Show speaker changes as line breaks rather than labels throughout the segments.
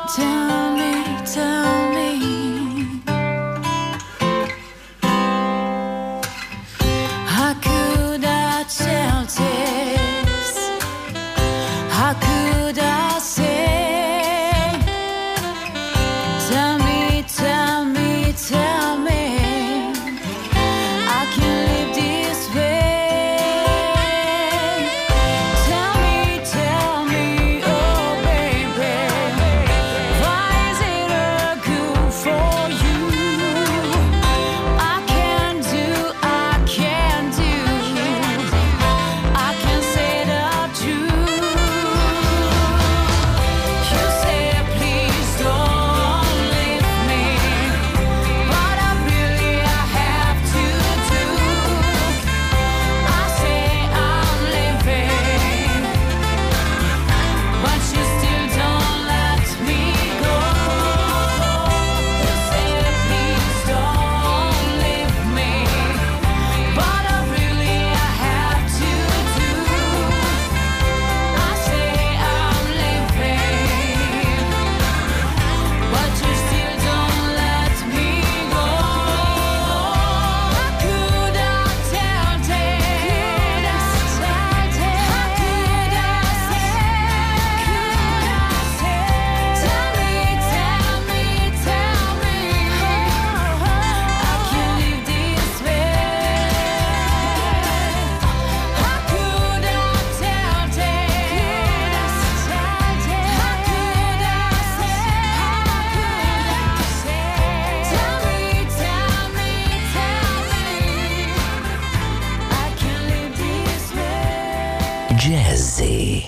Jazzy.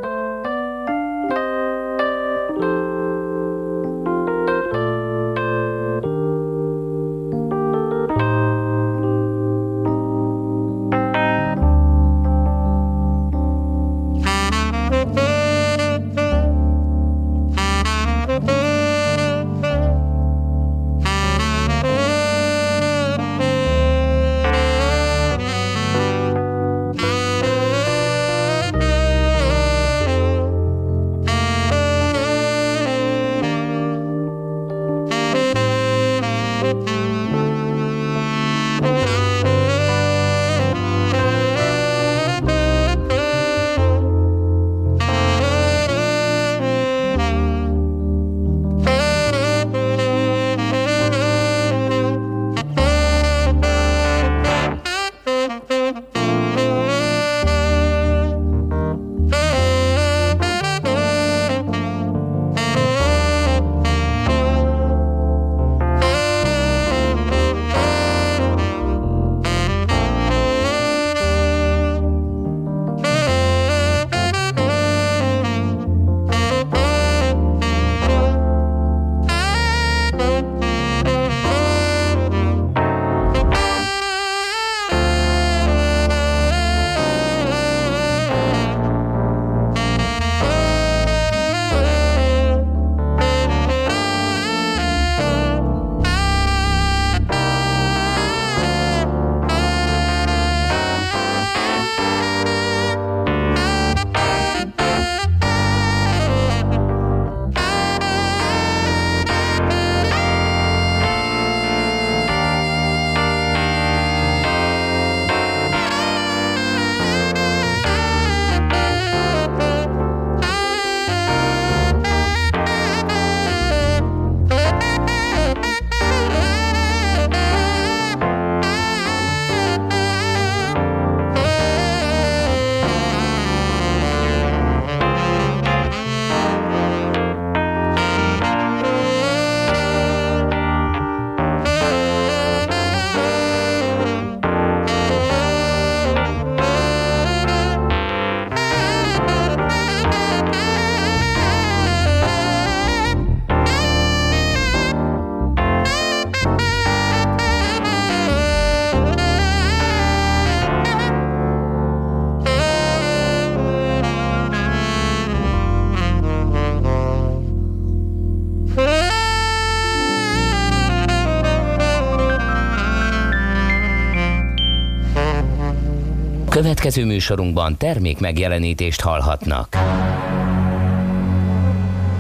Következő műsorunkban termék megjelenítést hallhatnak.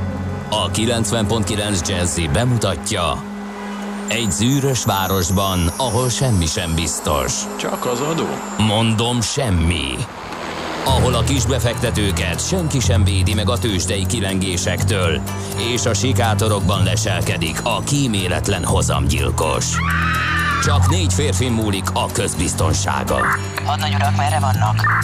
A 90.9 Jazzy bemutatja: egy zűrös városban, ahol semmi sem biztos.
Csak az adó?
Mondom, semmi. Ahol a kisbefektetőket senki sem védi meg a tőzsdei kilengésektől, és a sikátorokban leselkedik a kíméletlen hozamgyilkos. Csak 4 férfi múlik a közbiztonsága.
Hadnagy urak, merre vannak?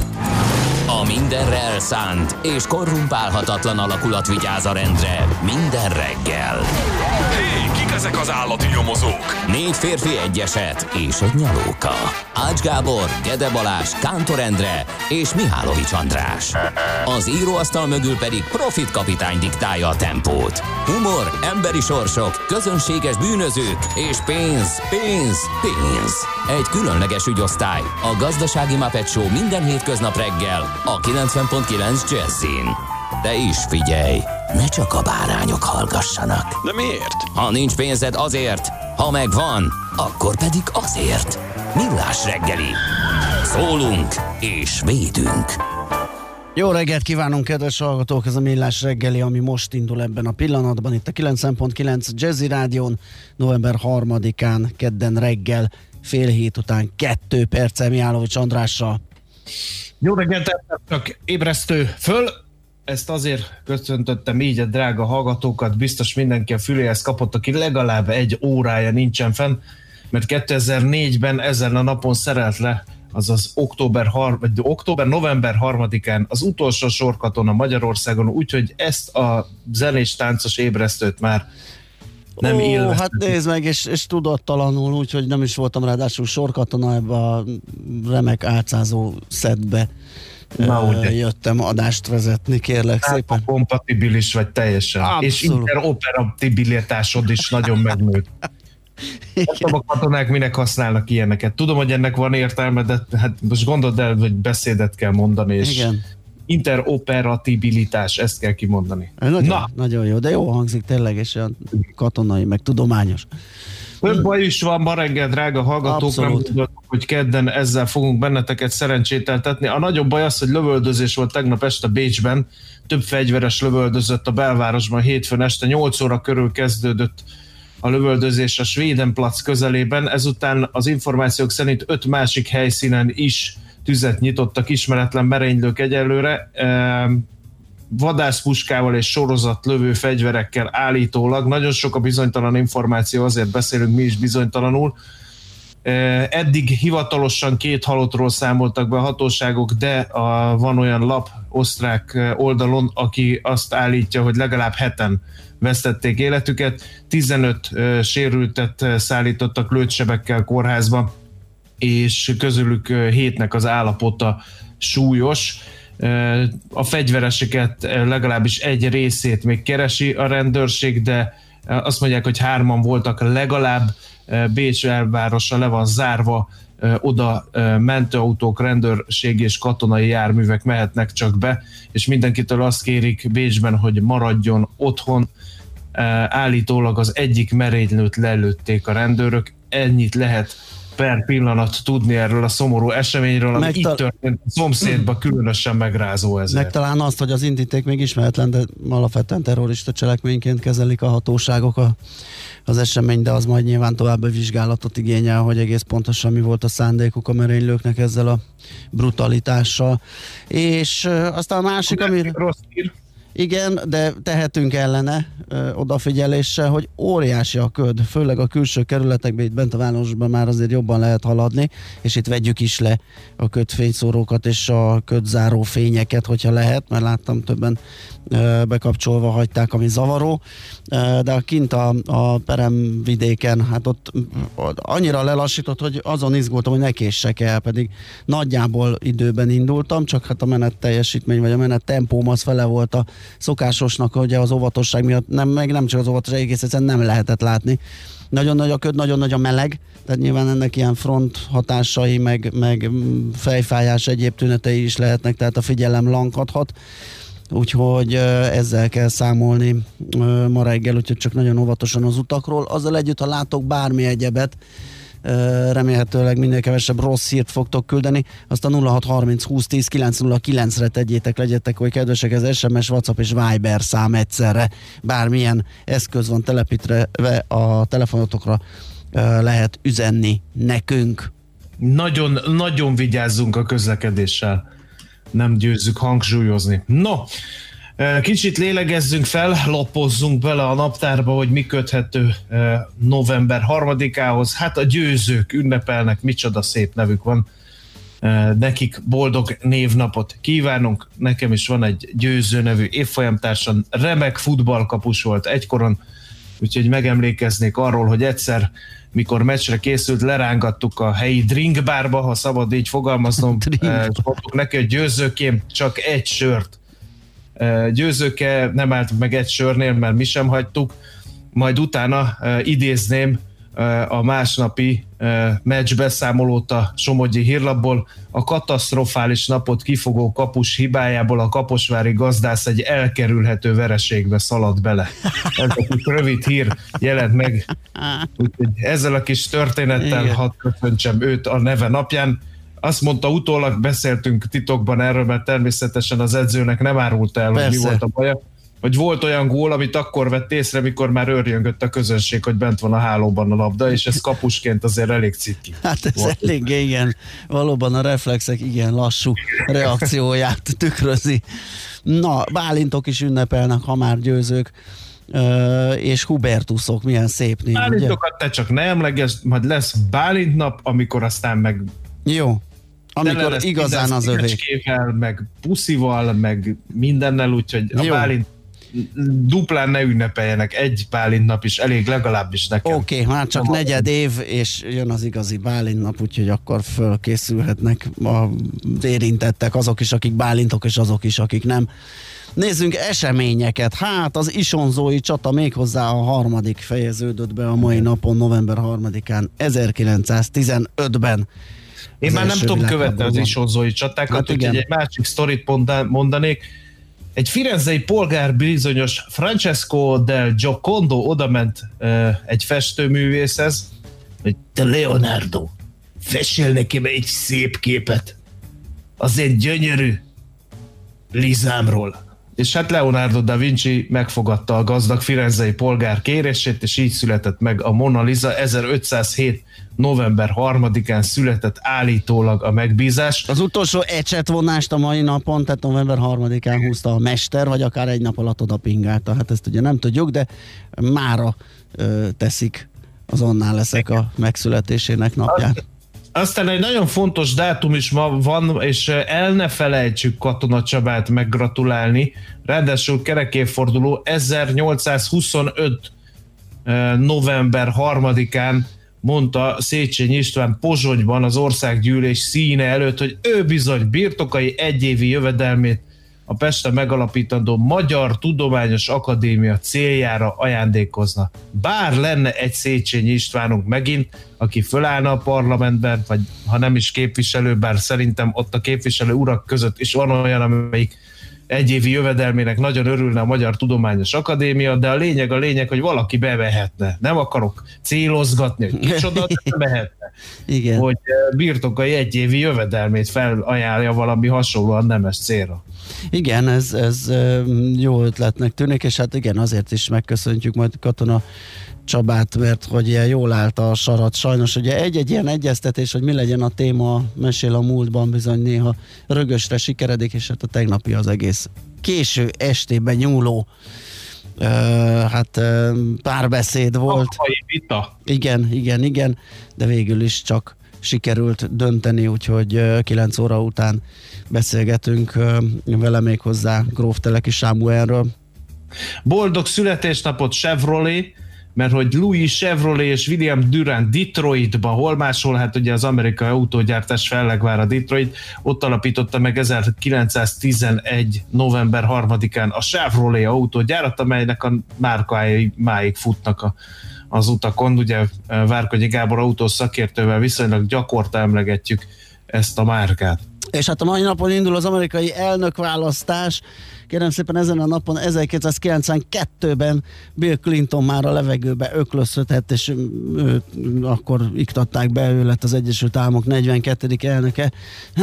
A mindenre elszánt és korrumpálhatatlan alakulat vigyáz a rendre minden reggel.
Hé, kik ezek az állati nyomozók?
4 férfi, egy eset és egy nyalóka. Ács Gábor, Gede Balázs, Kántor Endre és Mihálovics András. Az íróasztal mögül pedig Profit kapitány diktálja a tempót. Humor, emberi sorsok, közönséges bűnözők és pénz, pénz, pénz. Egy különleges ügyosztály, a Gazdasági Muppet Show minden hétköznap reggel a 90.9 Jazzin. De is figyelj, ne csak a bárányok hallgassanak.
De miért?
Ha nincs pénzed, azért, ha megvan, akkor pedig azért. Millás reggeli. Szólunk és védünk.
Jó reggelt kívánunk, kedves hallgatók! Ez a Millás reggeli, ami most indul ebben a pillanatban. Itt a 90.9 Jazzy Rádión, november 3-án, kedden reggel, fél hét után 2 perccel Mihálovics Andrással.
Jó reggelt, csak ébresztő föl. Ezt azért köszöntöttem így a drága hallgatókat, biztos mindenki a füléhez kapott, aki legalább 1 órája nincsen fenn, mert 2004-ben ezen a napon szerelt le, azaz november 3-án az utolsó sorkatona Magyarországon, úgyhogy ezt a zenés táncos ébresztőt már nem élveztem.
Hát nézd meg, és tudattalanul, úgyhogy nem is voltam ráadásul sorkatona ebbe a remek álcázó szedbe. Jöttem adást vezetni, kérlek szépen.
Kompatibilis vagy teljesen. Abszolút. És interoperabilitásod is nagyon megnőtt. Nem a katonák minek használnak ilyeneket. Tudom, hogy ennek van értelme, de hát most gondold el, hogy beszédet kell mondani, és igen. Interoperabilitás, ezt kell kimondani.
Nagyon jó, de jó hangzik tényleg, és olyan katonai, meg tudományos.
Több baj is van ma reggel, drága hallgatók, abszolút. Nem gondoltuk, hogy kedden ezzel fogunk benneteket szerencsételtetni. A nagyobb baj az, hogy lövöldözés volt tegnap este Bécsben, több fegyveres lövöldözött a belvárosban hétfőn este, 8 óra körül kezdődött a lövöldözés a Svédenplatz közelében, ezután az információk szerint 5 másik helyszínen is tüzet nyitottak ismeretlen merénylők egyelőre, vadászpuskával és sorozatlövő fegyverekkel állítólag. Nagyon sok a bizonytalan információ, azért beszélünk mi is bizonytalanul. Eddig hivatalosan 2 halottról számoltak be a hatóságok, de van olyan lap osztrák oldalon, aki azt állítja, hogy legalább 7-en vesztették életüket, 15 sérültet szállítottak lőtsebekkel kórházba, és közülük 7-nek az állapota súlyos. A fegyvereseket legalábbis egy részét még keresi a rendőrség, de azt mondják, hogy 3-an voltak legalább. Bécs belvárosa le van zárva, oda mentőautók, rendőrség és katonai járművek mehetnek csak be, és mindenkitől azt kérik Bécsben, hogy maradjon otthon. Állítólag az egyik merénylőt lelőtték a rendőrök. Ennyit lehet per pillanat tudni erről a szomorú eseményről, ami itt történt a szomszédban, különösen megrázó ezért.
Meg talán azt, hogy az indíték még ismeretlen, de alapvetően terrorista cselekményként kezelik a hatóságok az esemény, de az majd nyilván további vizsgálatot igényel, hogy egész pontosan mi volt a szándékuk a merénylőknek ezzel a brutalitással. És aztán a másik, amire...
Rossz hír.
Igen, de tehetünk ellene odafigyeléssel, hogy óriási a köd, főleg a külső kerületekben, itt bent a városban már azért jobban lehet haladni, és itt vegyük is le a ködfényszórókat és a ködzáró fényeket, hogyha lehet, mert láttam többen bekapcsolva hagyták, ami zavaró, de kint a peremvidéken, hát ott annyira lelassított, hogy azon izgultam, hogy ne késsek el, pedig nagyjából időben indultam, csak hát a menet teljesítmény, vagy a menet tempóm az fele volt a szokásosnak, hogy az óvatosság miatt, nem csak az óvatosság, egész egyszerűen nem lehetett látni. Nagyon nagy a köd, nagyon nagy a meleg, tehát nyilván ennek ilyen front hatásai, meg fejfájás, egyéb tünetei is lehetnek, tehát a figyelem lankadhat. Úgyhogy ezzel kell számolni ma reggel, úgyhogy csak nagyon óvatosan az utakról. Azzal együtt, ha látok bármi egyebet, remélhetőleg minél kevesebb rossz hírt fogtok küldeni, azt a 0630 20 10 909-re tegyétek, legyetek, hogy kedvesek, ez SMS, WhatsApp és Viber szám egyszerre, bármilyen eszköz van telepítve a telefonotokra, lehet üzenni nekünk.
Nagyon, nagyon vigyázzunk a közlekedéssel. Nem győzzük hangsúlyozni. No, kicsit lélegezzünk fel, lapozzunk bele a naptárba, hogy mi köthető november 3-ához. Hát a győzők ünnepelnek, micsoda szép nevük van. Nekik boldog névnapot kívánunk. Nekem is van egy győző nevű évfolyamtársam, remek futballkapus volt egykoron, úgyhogy megemlékeznék arról, hogy egyszer, mikor meccsre készült, lerángattuk a helyi drinkbárba, ha szabad így fogalmaznom, és mondtuk neki, hogy győzőkém csak egy sört. Győzőke nem állt meg egy sörnél, mert mi sem hagytuk, majd utána idézném a másnapi meccsbeszámolót a Somogyi Hírlapból. A katasztrofális napot kifogó kapus hibájából a kaposvári gazdász egy elkerülhető vereségbe szaladt bele. Ez a kis rövid hír jelent meg. Úgyhogy ezzel a kis történettel hadd köszöntsem őt a neve napján. Azt mondta, utólag beszéltünk titokban erről, mert természetesen az edzőnek nem árult el, hogy mi volt a baja. Hogy volt olyan gól, amit akkor vett észre, mikor már őrjöngött a közönség, hogy bent van a hálóban a labda, és ez kapusként azért elég ciki.
Hát ez elég, igen. Valóban a reflexek igen lassú reakcióját tükrözi. Na, Bálintok is ünnepelnek, ha már győzők, és Hubertusok, milyen szép név.
Bálintokat te csak ne emlegesd, majd lesz Bálint nap, amikor aztán meg...
Jó. Amikor igazán az övék.
Meg puszival, meg mindennel, úgyhogy a Bálint duplán ne ünnepeljenek, egy Bálint nap is elég, legalábbis nekem.
Oké, már csak negyed év, és jön az igazi Bálint nap, úgyhogy akkor fölkészülhetnek az érintettek, azok is, akik Bálintok, és azok is, akik nem. Nézzünk eseményeket. Hát az isonzói csata méghozzá a harmadik fejeződött be a mai napon, november 3-án, 1915-ben.
Én már nem tudom követni az isonzói csatákat, hát úgyhogy egy másik sztorit mondanék. Egy firenzei polgár bizonyos Francesco del Giocondo odament egy festőművészhez, hogy te Leonardo, fessél nekem egy szép képet az egy gyönyörű Lizámról. És hát Leonardo da Vinci megfogadta a gazdag firenzei polgár kérését, és így született meg a Mona Lisa. 1507. november 3-án született állítólag a megbízás. Az
utolsó ecsetvonást a mai napon, tehát november 3-án húzta a mester, vagy akár egy nap alatt oda pingálta. Hát ezt ugye nem tudjuk, de mára teszik az annál leszek a megszületésének napját.
Aztán egy nagyon fontos dátum is ma van, és el ne felejtsük Katona Csabát meggratulálni. Ráadásul kerekévforduló 1825. november 3-án mondta Széchenyi István Pozsonyban az országgyűlés színe előtt, hogy ő bizony birtokai egyévi jövedelmét a Pesten megalapítandó Magyar Tudományos Akadémia céljára ajándékozna. Bár lenne egy Széchenyi Istvánunk megint, aki fölállna a parlamentben, vagy ha nem is képviselő, bár szerintem ott a képviselő urak között is van olyan, amelyik egyévi jövedelmének nagyon örülne a Magyar Tudományos Akadémia, de a lényeg, hogy valaki bevehetne. Nem akarok célozgatni, hogy kicsoda, de bevehetne.
Igen.
Hogy birtokai egyévi jövedelmét felajánlja valami hasonlóan nemes célra.
Igen, ez jó ötletnek tűnik, és hát igen, azért is megköszöntjük majd Katona Csabát, mert hogy ilyen jól állt a sarat. Sajnos ugye egy ilyen egyeztetés, hogy mi legyen a téma, mesél a múltban, bizony néha rögösre sikeredik, és hát a tegnapi az egész késő estében nyúló párbeszéd volt.
Vita.
Igen, de végül is csak sikerült dönteni, úgyhogy 9 óra után beszélgetünk vele még hozzá Gróf Teleki Sámuelről.
Boldog születésnapot Chevrolet, mert hogy Louis Chevrolet és William Durant Detroitban, hol máshol, hát ugye az amerikai autógyártás Fellegvár Detroit, ott alapította meg 1911. november 3-án a Chevrolet autógyárat, amelynek a márkái máig futnak az utakon. Ugye Várkonyi Gábor autós szakértővel viszonylag gyakorta emlegetjük ezt a márkát.
És hát a mai napon indul az amerikai elnökválasztás, Kérem szépen, ezen a napon 1992-ben Bill Clinton már a levegőbe öklözhetett, és akkor iktatták be, ő lett az Egyesült Államok 42. elnöke.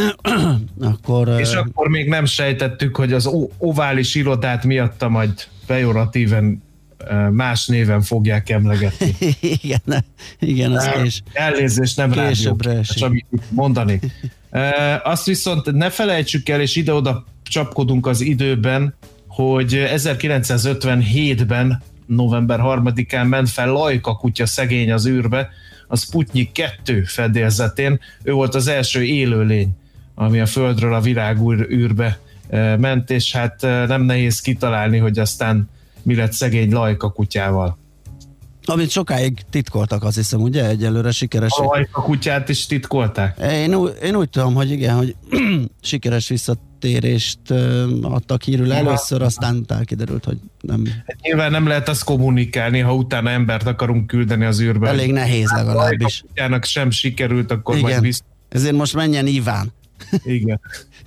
És akkor még nem sejtettük, hogy az ovális irodát miatta majd pejoratíven más néven fogják emlegetni.
Igen, az
elnézést, nem rádió, amit mondani. Azt viszont ne felejtsük el, és ide-oda csapkodunk az időben, hogy 1957-ben, november 3-án ment fel Lajka kutya szegény az űrbe, a Sputnik 2 fedélzetén. Ő volt az első élőlény, ami a Földről a világűrbe ment, és hát nem nehéz kitalálni, hogy aztán mi lett szegény Lajka kutyával.
Amit sokáig titkoltak, azt hiszem, ugye? Egyelőre sikeres.
A Lajka kutyát is titkolták?
Én úgy tudom, hogy igen, hogy sikeres visszatérést adtak hírül először, aztán kiderült, hogy nem. Hát
nyilván nem lehet azt kommunikálni, ha utána embert akarunk küldeni az űrbe.
Elég nehéz legalábbis.
Ha a kutyának sem sikerült, akkor
igen.
Majd biztos.
Ezért most menjen Iván.
Igen.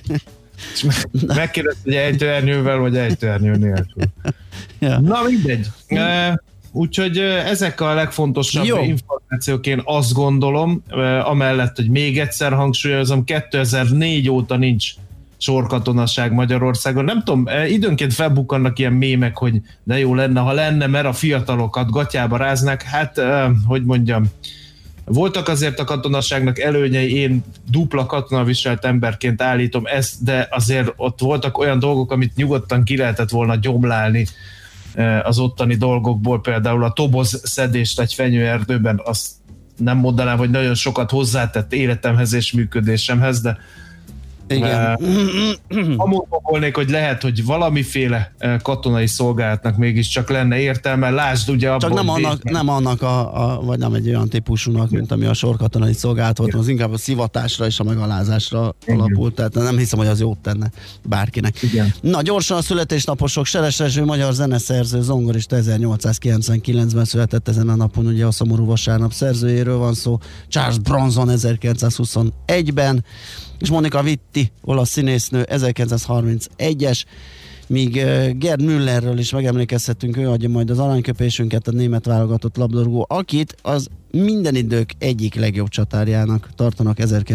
Megkérdez, hogy ejtőernyővel, vagy ejtőernyő nélkül. Ja. Na mindegy. Úgyhogy ezek a legfontosabb információk, én azt gondolom, amellett, hogy még egyszer hangsúlyozom, 2004 óta nincs sorkatonaság Magyarországon. Nem tudom, időnként felbukkannak ilyen mémek, hogy de jó lenne, ha lenne, mert a fiatalokat gatyába ráznak. Hát, hogy mondjam, voltak azért a katonaságnak előnyei, én dupla katonaviselt emberként állítom ezt, de azért ott voltak olyan dolgok, amit nyugodtan ki lehetett volna gyomlálni az ottani dolgokból, például a toboz szedést egy fenyőerdőben, azt nem mondanám, hogy nagyon sokat hozzátett életemhez és működésemhez, de
igen.
Amúgy volnék, hogy lehet, hogy valamiféle katonai szolgálatnak mégiscsak lenne értelme, lásd ugye abban.
Csak nem annak vagy nem egy olyan típusúnak, mint ami a sorkatonai szolgálat volt, az inkább a szivatásra és a megalázásra alapult, tehát nem hiszem, hogy az jót tenne bárkinek.
Igen.
Na, gyorsan a születésnaposok. Seres Rezső, magyar zeneszerző, zongorista, 1899-ben született ezen a napon, ugye a Szomorú vasárnap szerzőjéről van szó, Charles Bronson 1921-ben, és Monika Vitti, olasz színésznő, 1931-es, míg Gerd Müllerről is megemlékezhetünk, ő adja majd az aranyköpésünket, a német válogatott labdarúgó, akit az minden idők egyik legjobb csatárjának tartanak,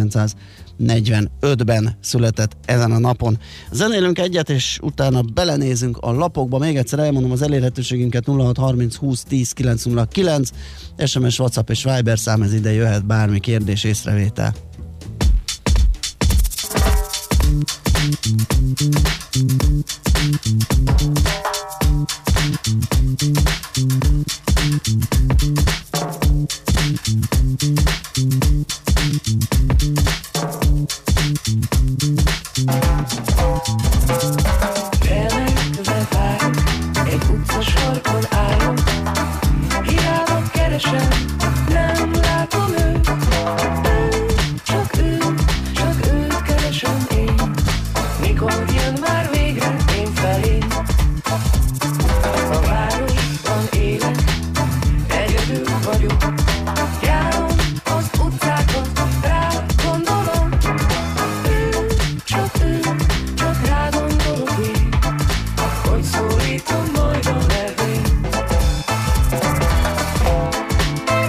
1945-ben született ezen a napon. Zenélünk egyet, és utána belenézünk a lapokba. Még egyszer elmondom az elérhetőségünket: 0630 20 10 909, SMS, WhatsApp és Viber szám, ez ide jöhet bármi kérdés, észrevétel.
Elmenve vár, egy utca sarkon állok, hiába keresem, nem látom őt. Csak őt keresem én. Mikor jön már végre én felé? A városban élek, egyedül vagyok. Járom az utcákat, rá gondolom. Csak rá gondolok én, hogy szólítom majd a nevét.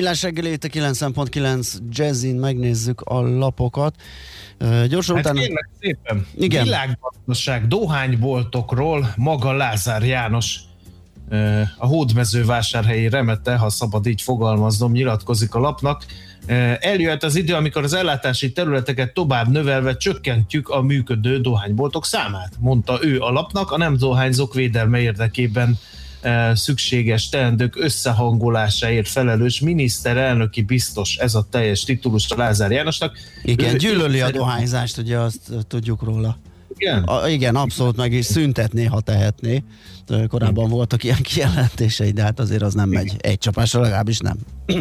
Millás reggeli, itt a 90.9 Jazzin, megnézzük a lapokat. Gyorsan
Hát
utána...
kérlek szépen,
Igen.
Világgazdaság dohányboltokról maga Lázár János, a hódmezővásárhelyi remete, ha szabad így fogalmaznom, nyilatkozik a lapnak. Eljöhet az idő, amikor az ellátási területeket tovább növelve csökkentjük a működő dohányboltok számát, mondta ő a lapnak, a nem dohányzók védelme érdekében szükséges teendők összehangolásáért felelős miniszterelnöki biztos, ez a teljes titulus a Lázár Jánosnak.
Igen, gyűlöli a dohányzást, ugye azt tudjuk róla.
Igen?
Igen, abszolút meg is szüntetné, ha tehetné. Korábban voltak ilyen kijelentései, de hát azért az nem megy. Egy csapásra legalábbis nem.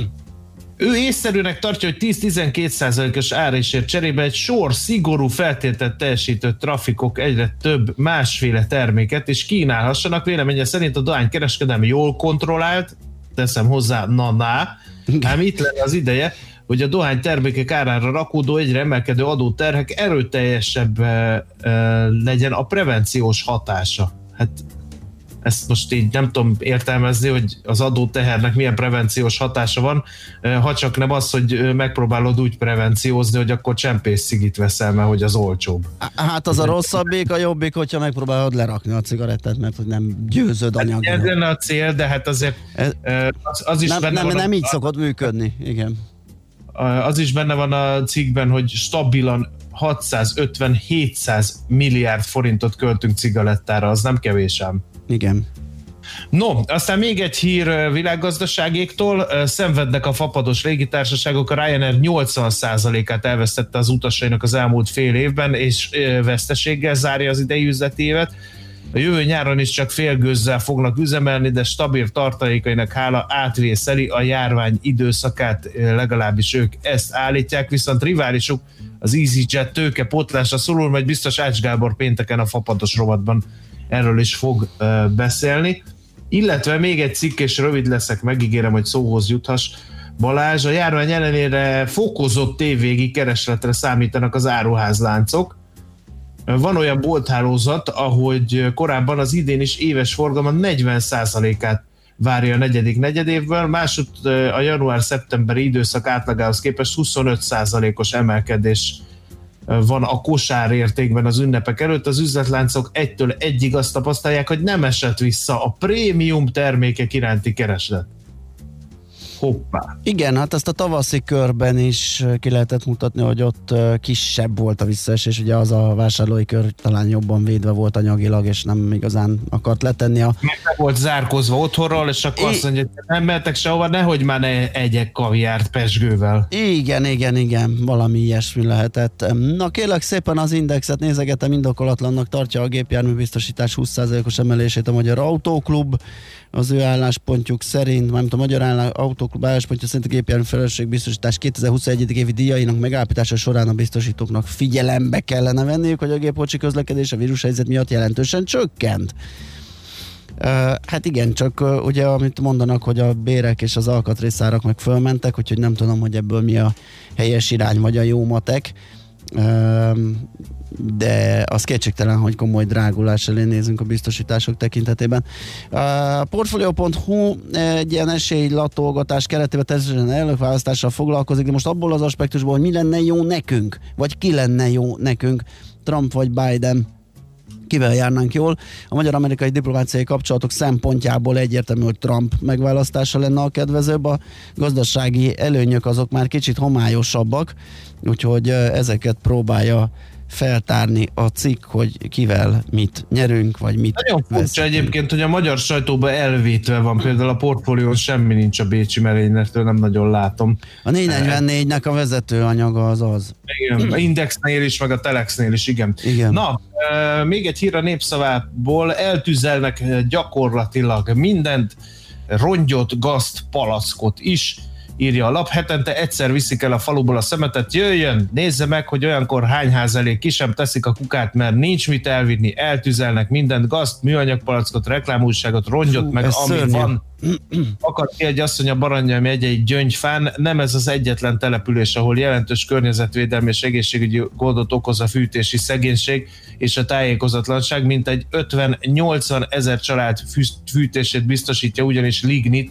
Ő észszerűnek tartja, hogy 10-12%-os árésért cserébe egy sor szigorú feltételt teljesítő trafikok egyre több másféle terméket és kínálhassanak. Véleménye szerint a dohánykereskedelmi jól kontrollált, teszem hozzá, ám itt lenne az ideje, hogy a dohánytermékek árára rakódó egyre emelkedő adóterhek erőteljesebb legyen a prevenciós hatása. Hát ezt most így nem tudom értelmezni, hogy az adótehernek milyen prevenciós hatása van, ha csak nem az, hogy megpróbálod úgy prevenciózni, hogy akkor csempészcigit veszel, mert hogy az olcsóbb.
Hát az a rosszabbik, a jobbik, hogyha megpróbálod lerakni a cigarettát, mert hogy nem győzöd anyagilag.
Ez lenne a cél, de hát azért az is benne van.
Nem így szokott működni, igen.
Az is benne van a cikkben, hogy stabilan 650-700 milliárd forintot költünk cigarettára, az nem kevés ám.
Igen.
No, aztán még egy hír világgazdaságéktól. Szenvednek a fapados légitársaságok, a Ryanair 80%-át elvesztette az utasainak az elmúlt fél évben, és veszteséggel zárja az idei üzleti évet. A jövő nyáron is csak félgőzzel fognak üzemelni, de stabil tartalékainak hála átvészeli a járvány időszakát, legalábbis ők ezt állítják, viszont riválisuk az EasyJet tőke pótlásra szorul, majd biztos Ács Gábor pénteken a fapados rovatban erről is fog beszélni. Illetve még egy cikk, és rövid leszek, megígérem, hogy szóhoz juthass. Balázs, a járvány ellenére fokozott évvégi keresletre számítanak az áruházláncok. Van olyan bolthálózat, ahogy korábban az idén is éves forgalma 40%-át várja a negyedik negyedévből, másod a január-szeptemberi időszak átlagához képest 25%-os emelkedés van a kosárértékben az ünnepek előtt. Az üzletláncok egytől egyig azt tapasztalják, hogy nem esett vissza a prémium termékek iránti kereslet. Hoppá!
Igen, hát ezt a tavaszi körben is ki lehetett mutatni, hogy ott kisebb volt a visszaesés, ugye az a vásárlói kör talán jobban védve volt anyagilag, és nem igazán akart letenni a...
Meg volt zárkozva otthonról, és akkor azt mondja, hogy nem mehetek sehova, nehogy már ne egyek kaviárt pesgővel.
Igen, valami ilyesmi lehetett. Na kérlek szépen, az Indexet nézegetem, indokolatlannak tartja a gépjárműbiztosítás 20%-os emelését a Magyar Autóklub. Az ő álláspontjuk szerint, mármint a Magyar Autóklub álláspontja szerint a gépjármű felelősségbiztosítás 2021. évi díjainak megállapítása során a biztosítóknak figyelembe kellene venniük, hogy a gépkocsi közlekedés a vírushelyzet miatt jelentősen csökkent. Hát igen, csak ugye amit mondanak, hogy a bérek és az alkatrészárak meg fölmentek, úgyhogy nem tudom, hogy ebből mi a helyes irány vagy a jó matek. De az kétségtelen, hogy komoly drágulás elé nézünk a biztosítások tekintetében. A Portfolio.hu egy ilyen esélylatolgatás keretében természetesen elnökválasztással foglalkozik, de most abból az aspektusból, hogy mi lenne jó nekünk, vagy ki lenne jó nekünk, Trump vagy Biden, kivel járnánk jól. A magyar-amerikai diplomáciai kapcsolatok szempontjából egyértelmű, hogy Trump megválasztása lenne a kedvezőbb, a gazdasági előnyök azok már kicsit homályosabbak, úgyhogy ezeket próbálja feltárni a cikk, hogy kivel mit nyerünk, vagy mit
nagyon furcsa egyébként, hogy a magyar sajtóban elvétve van, például a Portfólión semmi nincs a bécsi merénylettől, nem nagyon látom.
A 444-nek a vezetőanyaga az.
Igen, a Indexnél is, meg a Telexnél is, igen. Na, még egy hír a Népszavából, eltűzelnek gyakorlatilag mindent, rongyot, gazt, palackot is, írja a lap. Hetente egyszer viszik el a faluból a szemetet, jöjjön, nézze meg, hogy olyankor hány ház elé ki sem teszik a kukát, mert nincs mit elvinni, eltűzelnek mindent, gazt, műanyagpalackot, reklámújságot, rongyot, meg ami
szörnyű.
van. Akadt ki egy asszony a Baranya megyei Gyöngyfán, nem ez az egyetlen település, ahol jelentős környezetvédelmi és egészségügyi gondot okoz a fűtési szegénység és a tájékozatlanság, mint egy 50-80 ezer család fűtését biztosítja ugyanis lignit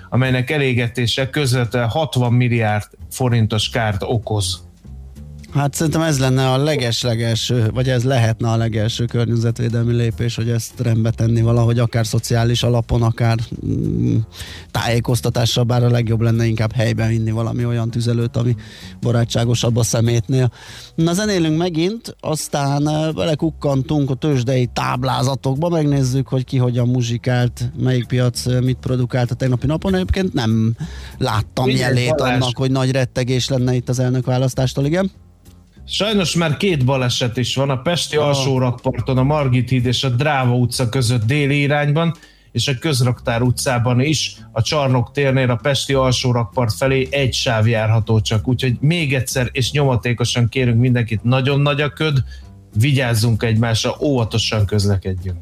amelynek elégetése közvetlenül 60 milliárd forintos kárt okoz.
Hát szerintem ez lenne a legeslegelső, vagy ez lehetne a legelső környezetvédelmi lépés, hogy ezt rendbe tenni valahogy, akár szociális alapon, akár tájékoztatással, bár a legjobb lenne inkább helyben vinni valami olyan tüzelőt, ami barátságosabb a szemétnél. Na, zenélünk megint, aztán belekukkantunk a tőzsdei táblázatokba, megnézzük, hogy ki hogyan muzsikált, melyik piac mit produkált a tegnapi napon. Egyébként nem láttam jelét annak, hogy nagy rettegés lenne itt az elnökválasztástól, igen.
Sajnos már 2 baleset is van, a pesti alsórakparton a Margit híd és a Dráva utca között déli irányban, és a Közraktár utcában is, a Csarnok térnél a pesti alsórakpart felé egy sáv járható csak, úgyhogy még egyszer és nyomatékosan kérünk mindenkit, nagyon nagy a köd, vigyázzunk egymásra, óvatosan közlekedjünk.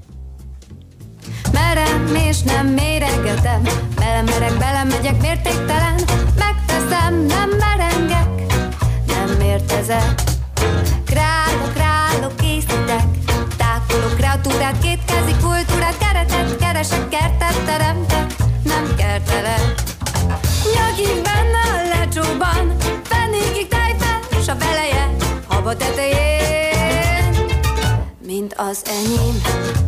Merem és nem méregetem, belemerek, belemegyek mértéktelen, megteszem, nem merengek, nem mértezek. Králok, készítek, tákolok, kreatúrát, kétkezi kultúrát, keretet keresek, kertet teremtek, nem kertelek. Nyakig benne a lecsóban, fenékig tejfel, s a veleje, haba tetején, mint az enyém.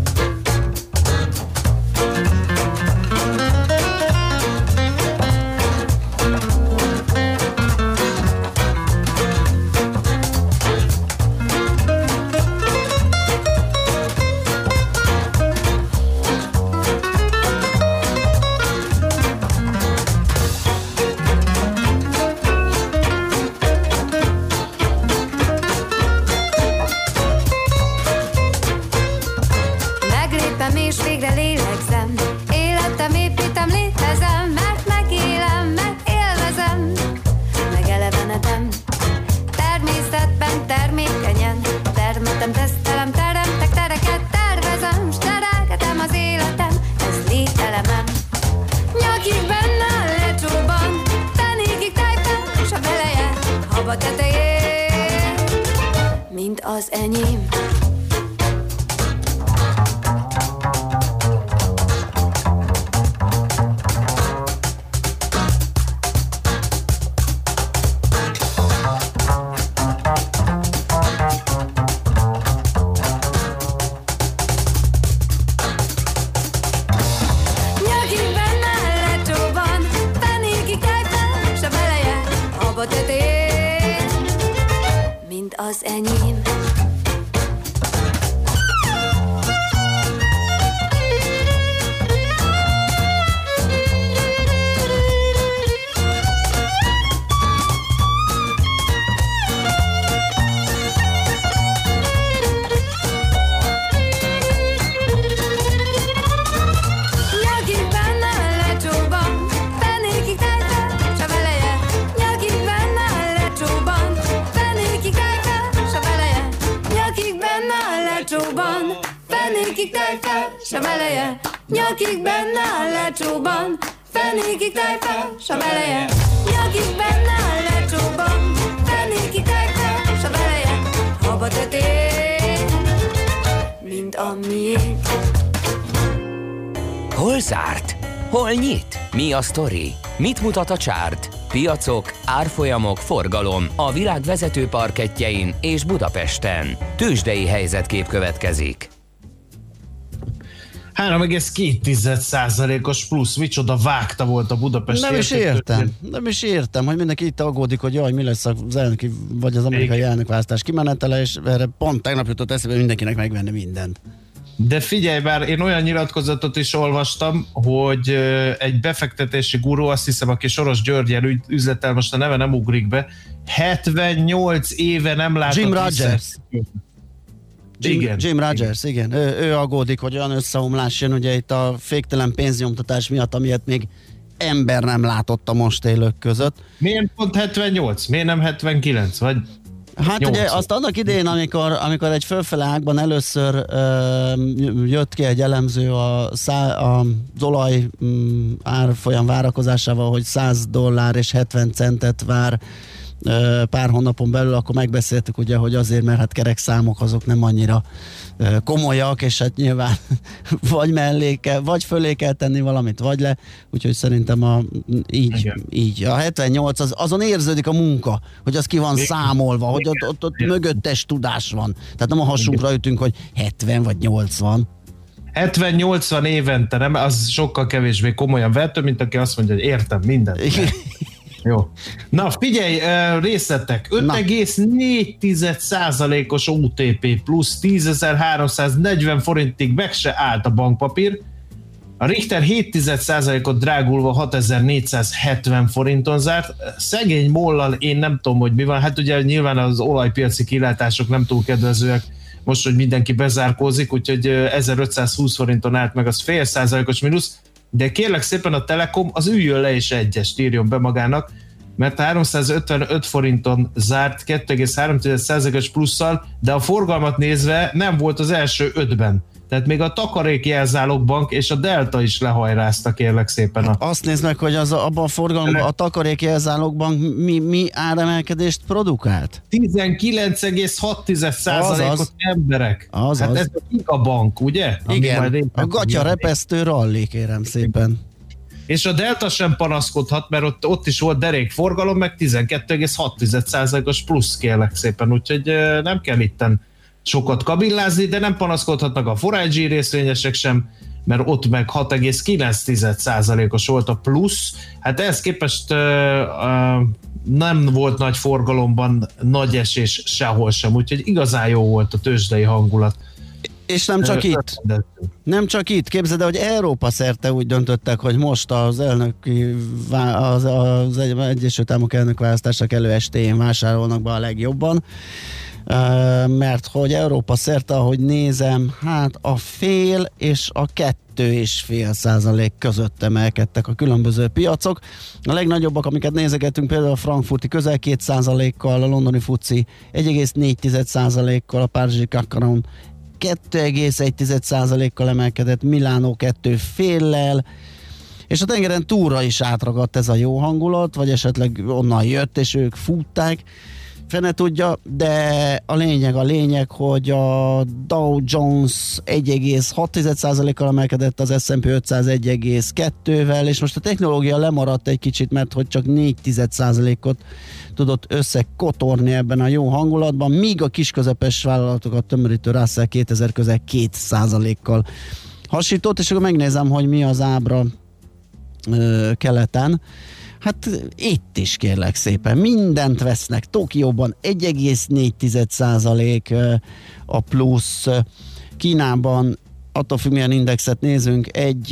Mint az enyém. Az enyém. Nyakig benne a lecsóban, fenékig tejfel, s a veleje. Nyakig benne a lecsóban, fenékig tejfel, s a veleje. Haba tetén, mint a miénk.
Hol zárt? Hol nyit? Mi a sztori? Mit mutat a csárt? Piacok, árfolyamok, forgalom a világ vezető parkettjein és Budapesten. Tőzsdei helyzetkép következik.
3,2%-os plusz, micsoda vágta volt a Budapest.
Nem is értem, hogy mindenki itt aggódik, hogy jaj, mi lesz az elnöki, vagy az amerikai elnökválasztás kimenetele, és erre pont tegnap jutott eszébe mindenkinek megvenni mindent.
De figyelj, bár én olyan nyilatkozatot is olvastam, hogy egy befektetési gurú, azt hiszem, aki Soros Györgyel üzletel, most a neve nem ugrik be, 78 éve nem látott
Jim Rogers. Jim Rogers,
igen.
Igen. Ő aggódik, hogy olyan összeomlás jön, ugye itt a féktelen pénznyomtatás miatt, amilyet még ember nem látott a most élők között.
Miért pont 78? Miért nem 79? Vagy
hát 80? Ugye azt annak idején, amikor egy fölfele ágban először jött ki egy elemző az olaj árfolyam várakozásával, hogy $100 és 70 centet vár pár hónapon belül, akkor megbeszéltük ugye, hogy azért, mert hát kerek számok azok nem annyira komolyak, és hát nyilván vagy mellé kell, vagy fölé kell tenni valamit, vagy le, úgyhogy szerintem így. A 78, azon érződik a munka, hogy az ki van számolva, hogy ott mögöttes tudás van. Tehát nem a hasunkra ütünk, hogy 70 vagy 80.
70-80 évente, nem? Az sokkal kevésbé komolyan vettő, mint aki azt mondja, hogy értem mindent. Jó. Na figyelj, részletek. 5,4%-os OTP plusz 10.340 forintig meg se állt a bankpapír. A Richter 7%-ot drágulva 6.470 forinton zárt. Szegény mollal én nem tudom, hogy mi van. Hát ugye nyilván az olajpiaci kilátások nem túl kedvezőek most, hogy mindenki bezárkózik, úgyhogy 1520 forinton állt meg, az 0,5%-os mínusz. De kérlek szépen a Telekom az üljön le és egyest írjon be magának, mert 355 forinton zárt 2,3%-os plusszal, de a forgalmat nézve nem volt az első 5-ben. Tehát még a Takarékjelzálogbank és a Delta is lehajrázta, kérlek szépen.
Hát azt nézd meg, hogy abban a forgalomban a Takarékjelzálogbank mi áremelkedést produkált?
19,6%-ot emberek. Hát ez a gigabank, ugye?
Igen, a gatyarepesztő ralli, kérem szépen.
És a Delta sem panaszkodhat, mert ott is volt derék forgalom, meg 12,6%-os plusz, kérlek szépen, úgyhogy nem kell itten sokat kabillázni, de nem panaszkodhatnak a Forágyi részvényesek sem, mert ott meg 6,9%-os volt a plusz. Hát ehhez képest nem volt nagy forgalomban nagy esés sehol sem, úgyhogy igazán jó volt a tőzsdei hangulat.
És nem csak itt. Nem csak itt. Képzeld el, hogy Európa szerte úgy döntöttek, hogy most az Egyesült Államok elnökválasztások előestéjén vásárolnak be a legjobban, mert hogy Európa szerte, ahogy nézem, hát a 0,5 és a 2,5% között emelkedtek a különböző piacok. A legnagyobbak, amiket nézegetünk, például a frankfurti közel 2%-kal, a londoni FTSE 1,4%-kal, a párizsi CAC 2,1%-kal emelkedett, Milánó 2,5-lel, és a tengeren túlra is átragadt ez a jó hangulat, vagy esetleg onnan jött, és ők futták, fene tudja, de a lényeg, hogy a Dow Jones 1,6%-kal emelkedett, az S&P 500 1,2-vel, és most a technológia lemaradt egy kicsit, mert hogy csak 4%-ot tudott összekotorni ebben a jó hangulatban, míg a kisközepes vállalatokat tömörítő Russell 2000 közel 2%-kal hasított, és akkor megnézem, hogy mi az ábra keleten. Hát itt is kérlek szépen, mindent vesznek. Tokióban 1,4% a plusz, Kínában attól függ, milyen indexet nézünk,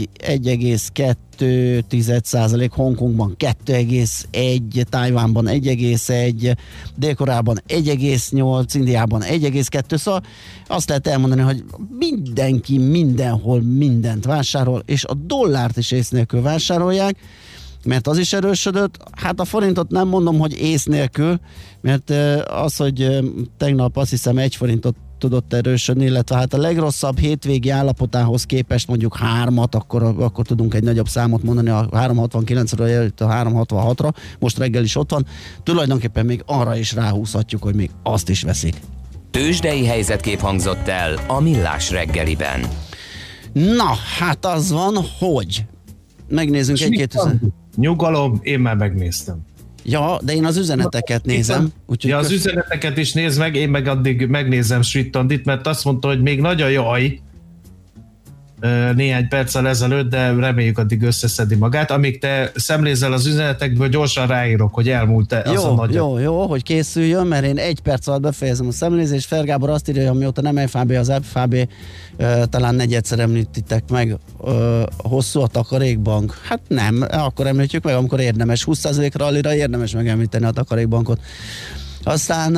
1,2%, Hongkongban 2,1, Tajvánban 1,1, Dél-Koreában 1,8, Indiában 1,2, szóval azt lehet elmondani, hogy mindenki mindenhol mindent vásárol, és a dollárt is ész nélkül vásárolják, mert az is erősödött. Hát a forintot nem mondom, hogy ész nélkül, mert az, hogy tegnap azt hiszem 1 forintot tudott erősödni, illetve hát a legrosszabb hétvégi állapotához képest mondjuk 3-at, akkor tudunk egy nagyobb számot mondani, a 3,69-ről jött a 3,66-ra, most reggel is ott van, tulajdonképpen még arra is ráhúzhatjuk, hogy még azt is veszik.
Tőzsdei helyzetkép hangzott el a Millás reggeliben.
Na, hát az van, hogy megnézzünk egy-két...
Nyugalom, én már megnéztem.
Ja, de én az üzeneteket nézem.
Úgyhogy az üzeneteket is nézd meg, én meg addig megnézem Svittandit, mert azt mondta, hogy még nagy a jaj néhány perccel ezelőtt, de reméljük addig összeszedi magát. Amíg te szemlézel az üzenetekből, gyorsan ráírok, hogy elmúlt-e az a nagy.
Jó, hogy készüljön, mert én 1 perc alatt befejezem a szemlézést. Fergábor azt írja, hogy amióta nem FAB, az FAB talán negyedszer említitek meg hosszú a Takarékbank. Hát nem, akkor említjük meg, amikor érdemes. 20% rallira érdemes megemlíteni a Takarékbankot. Aztán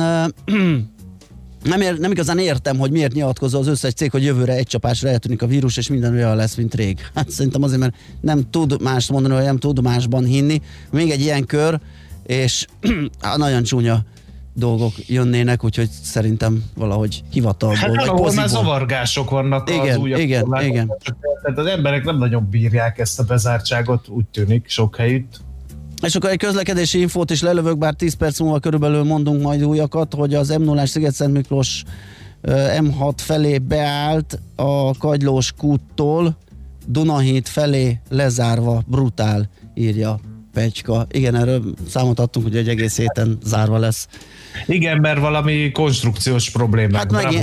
nem igazán értem, hogy miért nyilatkozza az összes cég, hogy jövőre egy csapásra eltűnik a vírus, és minden olyan lesz, mint rég. Hát szerintem azért, mert nem tud mást mondani, vagy nem tud másban hinni. Még egy ilyen kör, és nagyon csúnya dolgok jönnének, úgyhogy szerintem valahogy hivatalból,
hát
vagy
ahol már zavargások vannak az újabb korlátokban. Igen. Tehát az emberek nem nagyon bírják ezt a bezártságot, úgy tűnik, sok helyütt.
És akkor egy közlekedési infót is lelövök, bár 10 perc múlva körülbelül mondunk majd újakat, hogy az M0-ás Sziget-Szent Miklós M6 felé beállt a Kagylós kúttól Dunahíd felé lezárva, brutál, írja Pecska. Igen, erről számot adtunk, hogy egy egész héten zárva lesz.
Igen, mert valami konstrukciós problémák.
Hát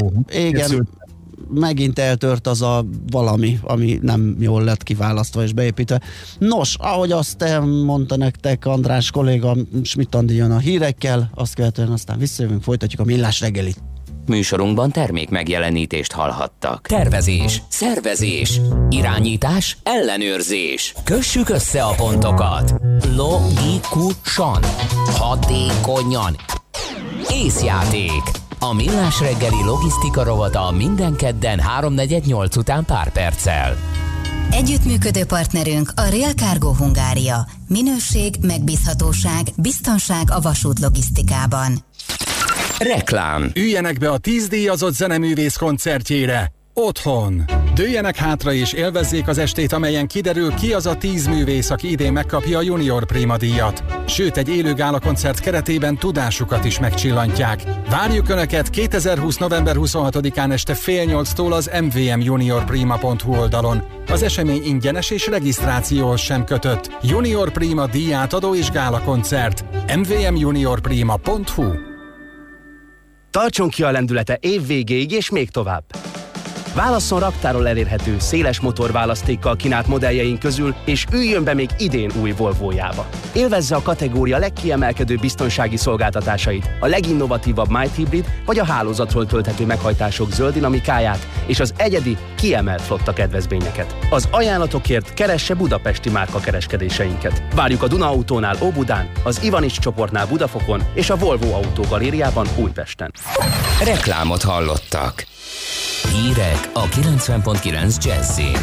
megint eltört az a valami, ami nem jól lett kiválasztva és beépítve. Nos, ahogy azt mondta nektek András kolléga, Schmidt Andi jön a hírekkel, azt követően aztán visszajövünk, folytatjuk a Millás reggelit.
Műsorunkban termék megjelenítést hallhattak. Tervezés, szervezés, irányítás, ellenőrzés. Kössük össze a pontokat. Logikusan, hatékonyan. Észjáték. A Millás reggeli logisztika rovata minden kedden 3:48 után pár perccel.
Együttműködő partnerünk a Rail Cargo Hungária. Minőség, megbízhatóság, biztonság a vasút logisztikában.
Reklám.
Üljenek be a 10 díjazott zeneművész koncertjére. Otthon. Dőljenek hátra és élvezzék az estét, amelyen kiderül, ki az a 10 művész, aki idén megkapja a Junior Prima díjat. Sőt, egy élő gálakoncert keretében tudásukat is megcsillantják. Várjuk Önöket 2020. november 26-án este 7:30-tól az mvmjuniorprima.hu oldalon. Az esemény ingyenes és regisztrációhoz sem kötött. Junior Prima díjátadó és gálakoncert. mvmjuniorprima.hu.
Tartson ki a lendülete év végéig és még tovább. Válasszon raktáról elérhető, széles motorválasztékkal kínált modelljeink közül, és üljön be még idén új Volvojába. Élvezze a kategória legkiemelkedőbb biztonsági szolgáltatásait, a leginnovatívabb Might Hybrid vagy a hálózatról tölthető meghajtások zöld dinamikáját és az egyedi, kiemelt flotta kedvezményeket. Az ajánlatokért keresse budapesti márkakereskedéseinket. Várjuk a Duna Autónál Óbudán, az Ivanics csoportnál Budafokon és a Volvo Autó Galériában Újpesten.
Reklámot hallottak. Hírek a 90.9 Jazzin.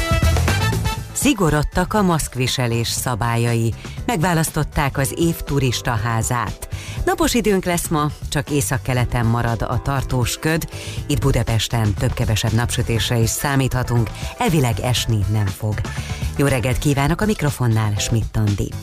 Szigorodtak a maszkviselés szabályai. Megválasztották az év turistaházát. Napos időnk lesz ma, csak északkeleten marad a tartós köd. Itt Budapesten több-kevesebb napsütésre is számíthatunk, elvileg esni nem fog. Jó reggelt kívánok, a mikrofonnál Schmidt Andi.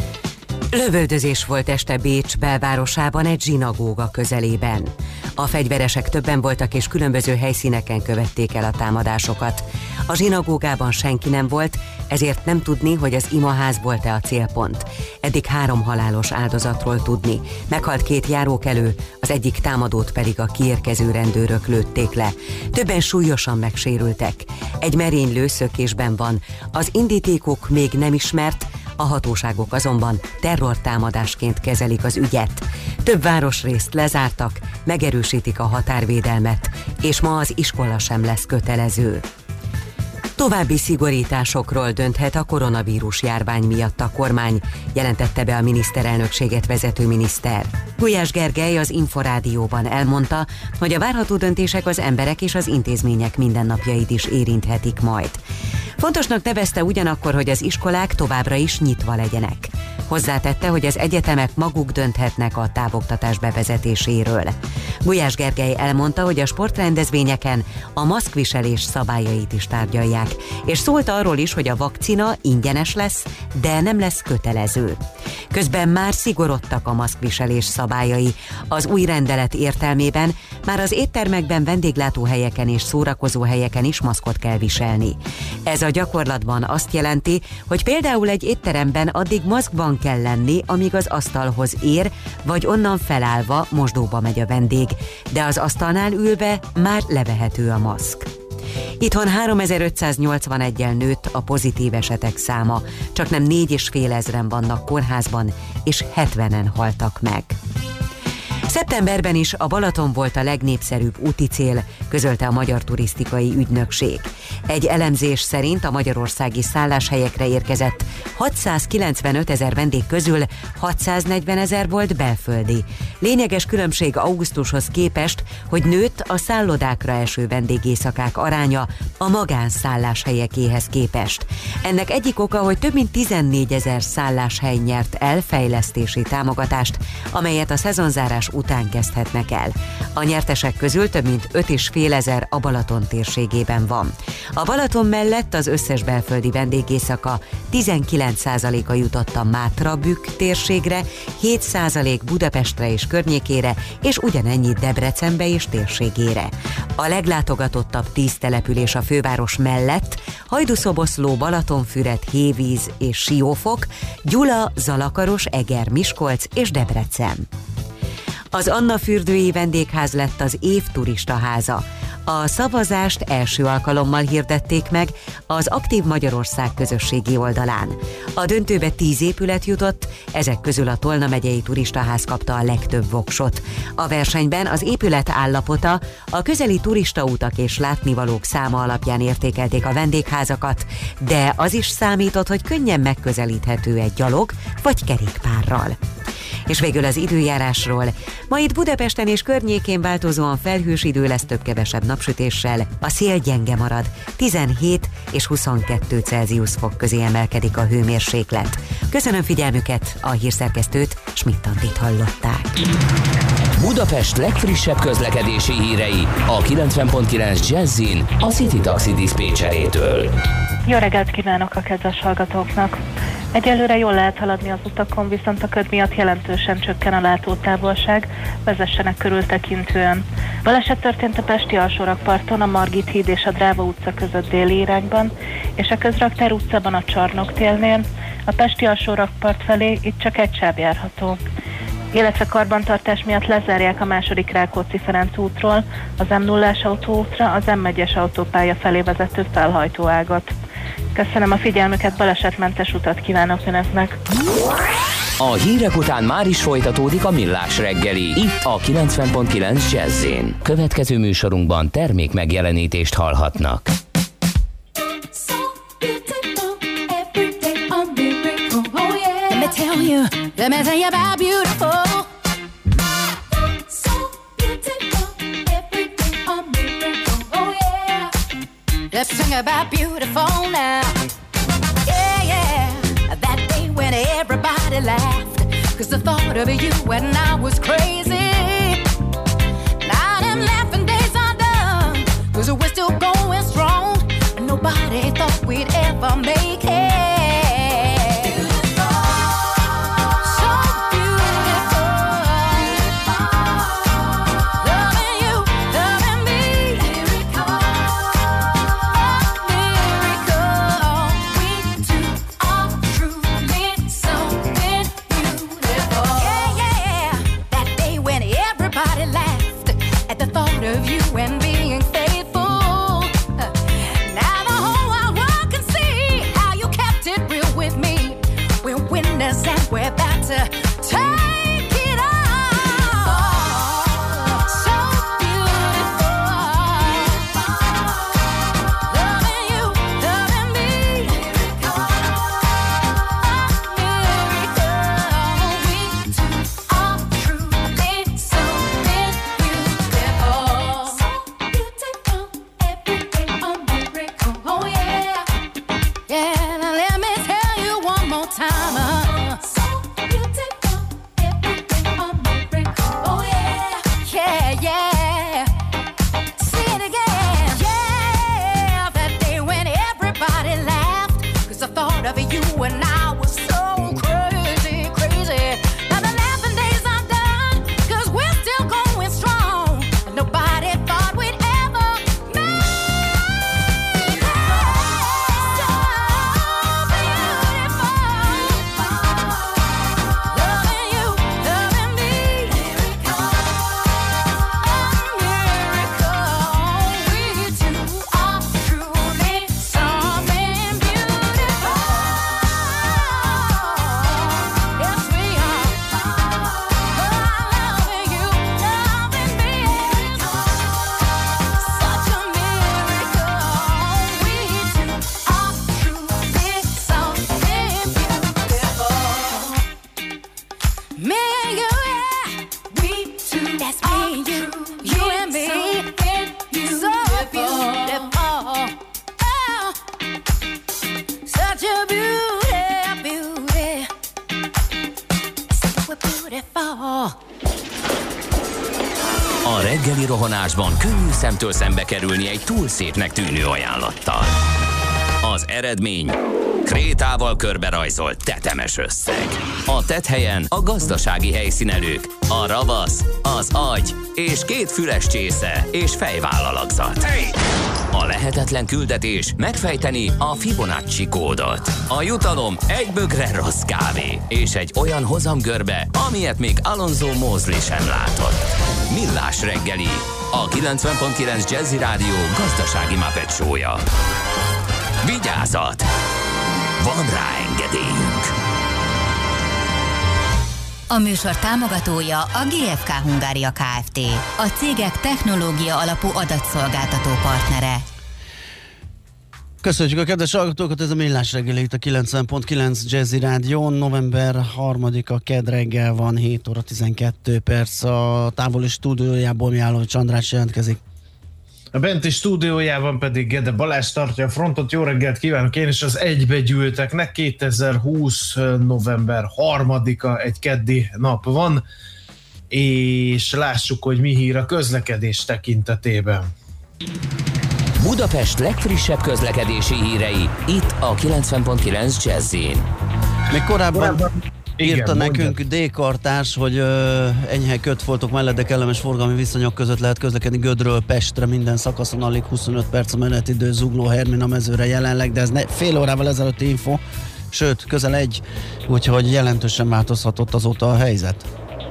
Lövöldözés volt este Bécs belvárosában egy zsinagóga közelében. A fegyveresek többen voltak és különböző helyszíneken követték el a támadásokat. A zsinagógában senki nem volt, ezért nem tudni, hogy az imaház volt-e a célpont. Eddig 3 halálos áldozatról tudni. Meghalt 2 járókelő, az egyik támadót pedig a kiérkező rendőrök lőtték le. Többen súlyosan megsérültek. Egy merénylő szökésben van. Az indítékok még nem ismert, a hatóságok azonban terrortámadásként kezelik az ügyet. Több városrészt lezártak, megerősítik a határvédelmet, és ma az iskola sem lesz kötelező. További szigorításokról dönthet a koronavírus járvány miatt a kormány, jelentette be a miniszterelnökséget vezető miniszter. Gulyás Gergely az Inforádióban elmondta, hogy a várható döntések az emberek és az intézmények mindennapjait is érinthetik majd. Fontosnak nevezte ugyanakkor, hogy az iskolák továbbra is nyitva legyenek. Hozzátette, hogy az egyetemek maguk dönthetnek a távoktatás bevezetéséről. Gulyás Gergely elmondta, hogy a sportrendezvényeken a maszkviselés szabályait is tárgyalják, és szólt arról is, hogy a vakcina ingyenes lesz, de nem lesz kötelező. Közben már szigorodtak a maszkviselés szabályai. Az új rendelet értelmében már az éttermekben, vendéglátóhelyeken és szórakozóhelyeken is maszkot kell viselni. Ez a gyakorlatban azt jelenti, hogy például egy étteremben addig maszkban kell lenni, amíg az asztalhoz ér, vagy onnan felállva mosdóba megy a vendég, de az asztalnál ülve már levehető a maszk. Itthon 3581-el nőtt a pozitív esetek száma, csaknem 4500 vannak kórházban, és 70-en haltak meg. Szeptemberben is a Balaton volt a legnépszerűbb úti cél, közölte a Magyar Turisztikai Ügynökség. Egy elemzés szerint a magyarországi szálláshelyekre érkezett 695 000 vendég közül 640 000 volt belföldi. Lényeges különbség augusztushoz képest, hogy nőtt a szállodákra eső vendégészakák aránya a magánszálláshelyekéhez képest. Ennek egyik oka, hogy több mint 14 000 szálláshely nyert el fejlesztési támogatást, amelyet a szezonzárás után kezdhetnek el. A nyertesek közül több mint 5500 a Balaton térségében van. A Balaton mellett az összes belföldi vendégészaka 19%-a jutott a Mátra-Bükk térségre, 7% Budapestre és környékére, és ugyanennyi Debrecenbe és térségére. A leglátogatottabb 10 település a főváros mellett Hajdúszoboszló, Balatonfüred, Hévíz és Siófok, Gyula, Zalakaros, Eger, Miskolc és Debrecen. Az Anna fürdői vendégház lett az év turistaháza. A szavazást első alkalommal hirdették meg az Aktív Magyarország közösségi oldalán. A döntőbe 10 épület jutott, ezek közül a Tolna megyei turistaház kapta a legtöbb voksot. A versenyben az épület állapota, a közeli turistautak és látnivalók száma alapján értékelték a vendégházakat, de az is számított, hogy könnyen megközelíthető egy gyalog vagy kerékpárral. És végül az időjárásról. Ma itt Budapesten és környékén változóan felhős idő lesz több-kevesebb napsütéssel, a szél gyenge marad, 17 és 22 Celsius fok közé emelkedik a hőmérséklet. Köszönöm figyelmüket, a hírszerkesztőt, Schmidt-Andit hallották.
Budapest legfrissebb közlekedési hírei a 90.9 Jazzin a City Taxi diszpécserétől.
Jó reggelt kívánok a kedves hallgatóknak! Egyelőre jól lehet haladni az utakon, viszont a köd miatt jelentősen csökken a látótávolság, vezessenek körültekintően. Baleset történt a Pesti alsórakparton, a Margit híd és a Dráva utca között déli irányban, és a Közraktár utcában a Csarnok térnél, a Pesti alsórakpart felé itt csak egy sáv járható. Illetve karbantartás miatt lezárják a második Rákóczi-Ferenc útról az M0-ás autóútra az M1-es autópálya felé vezető felhajtóágat. Köszönöm a figyelmüket, balesetmentes utat kívánok önöknek!
A hírek után már is folytatódik a Millás reggeli, itt a 90.9 Jazz-én. Következő műsorunkban termék megjelenítést hallhatnak.
Let me tell you about beautiful. So beautiful, every day a miracle. Oh yeah. Let's sing about beautiful now. Yeah, yeah. That day when everybody laughed, 'cause the thought of you and I was crazy. Now them laughing days are done, 'cause we're still going strong, and nobody thought we'd ever make it. We're about to take it all. So beautiful. Loving you, loving me. A miracle. We two are truly something beautiful. So beautiful, every day a miracle. Oh yeah. Yeah, now let me tell you one more time. Of you and I was so crazy, crazy. Now the laughing days are done, 'cause we're still going strong. Nobody thought we'd ever make it. So beautiful. Loving you, loving me. A miracle. We two are truly something beautiful.
A reggeli rohanásban könnyű szemtől szembe kerülni egy túl szépnek tűnő ajánlattal. Az eredmény... krétával körberajzolt tetemes összeg. A tetthelyen a gazdasági helyszínelők, a ravasz, az agy és 2 füles csésze és fejvállalakzat. A lehetetlen küldetés megfejteni a Fibonacci kódot. A jutalom egy bögre rossz kávé és egy olyan hozamgörbe, amilyet még Alonso Mosley sem látott. Millás reggeli, a 90.9 Jazzy Rádió gazdasági Muppet show-ja. Vigyázat! Van rá engedélyünk!
A műsor támogatója a GFK Hungária Kft. A cégek technológia alapú adatszolgáltató partnere.
Köszönjük a kedves hallgatókat, ez a Millás reggeli itt a 90.9 Jazzy Rádión. November 3-a kedd reggel van, 7 óra 12 perc. A távoli stúdiójából Mihálovics András jelentkezik.
A benti stúdiójában pedig Gede Balázs tartja a frontot. Jó reggelt kívánok én is az egybegyűlteknek. 2020. november 3-a egy keddi nap van, és lássuk, hogy mi hír a közlekedés tekintetében.
Budapest legfrissebb közlekedési hírei, itt a 90.9 Jazzyn.
Még korábban írta nekünk
mondjad.
D-kartárs, hogy enyhe kötfoltok mellett, de kellemes forgalmi viszonyok között lehet közlekedni Gödről Pestre minden szakaszon, alig 25 perc a menetidő, Zugló Hermina mezőre jelenleg, de ez fél órával ezelőtti info, sőt, közel 1, úgyhogy jelentősen változhatott azóta a helyzet.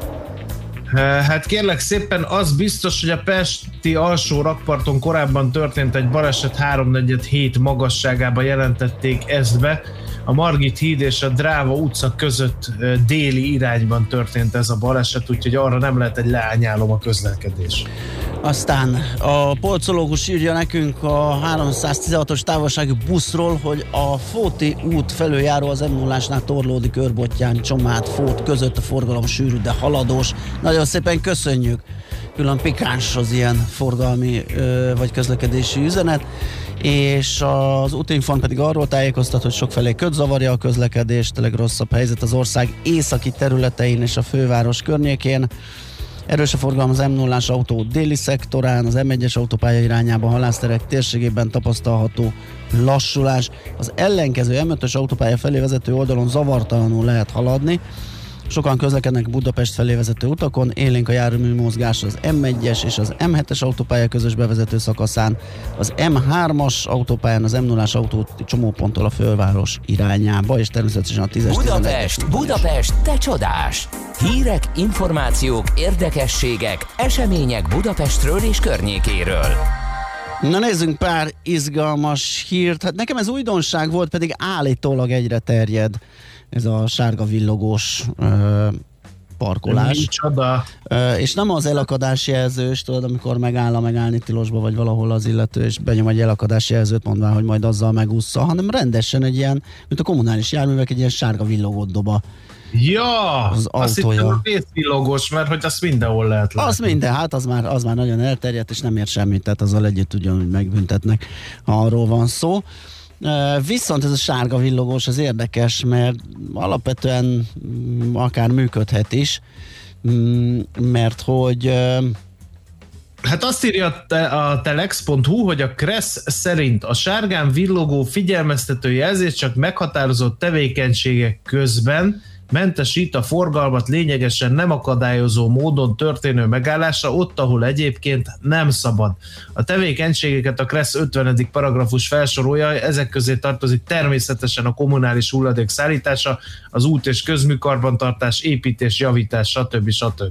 Hát kérlek szépen, az biztos, hogy a pesti alsó rakparton korábban történt egy baleset, 3-4-7 magasságában jelentették ezt be. A Margit híd és a Dráva utca között déli irányban történt ez a baleset, úgyhogy arra nem lehet egy leányálom a közlekedés.
Aztán a polcológus írja nekünk a 316-os távolságú buszról, hogy a Fóti út felüljáró az M0-ásnál Torlódi Körbottyán Csomád Fót között a forgalom sűrű, de haladós. Nagyon szépen köszönjük, külön pikáns az ilyen forgalmi vagy közlekedési üzenet. És az Útinfon pedig arról tájékoztat, hogy sokfelé köd zavarja a közlekedést, a legrosszabb helyzet az ország északi területein és a főváros környékén. Erős a forgalom az M0-ás autó déli szektorán, az M1-es autópálya irányában, halászterek térségében tapasztalható lassulás. Az ellenkező M5-ös autópálya felé vezető oldalon zavartalanul lehet haladni. Sokan közlekednek Budapest felé vezető utakon, élénk a jármű mozgás az M1-es és az M7-es autópálya közös bevezető szakaszán, az M3-as autópályán az M0-ás autó csomóponttól a főváros irányába, és természetesen a 10-es
Budapest, te csodás! Hírek, információk, érdekességek, események Budapestről és környékéről.
Na nézzünk pár izgalmas hírt. Hát nekem ez újdonság volt, pedig állítólag egyre terjed ez a sárga villogós parkolás. És nem az elakadási jelzős, tudod, amikor megáll a megállni tilosba, vagy valahol az illető, és benyom egy elakadási jelzőt, mondván, hogy majd azzal megúszza, hanem rendesen egy ilyen, mint a kommunális járművek, egy ilyen sárga villogót dob az
azt hittem a vészvillogós, mert hogy azt mindenhol lehet látni.
Az minden, hát az már nagyon elterjedt, és nem ér semmit, tehát azzal együtt ugyanúgy megbüntetnek, ha arról van szó. Viszont ez a sárga villogós az érdekes, mert alapvetően akár működhet is, mert hogy
hát azt írja a telex.hu, hogy a Kressz szerint a sárgán villogó figyelmeztető jelzés csak meghatározott tevékenységek közben mentesít a forgalmat lényegesen nem akadályozó módon történő megállásra ott, ahol egyébként nem szabad. A tevékenységeket a Kressz 50. paragrafus felsorolja, ezek közé tartozik természetesen a kommunális hulladék szállítása, az út- és közműkarbantartás, építés, javítás, stb.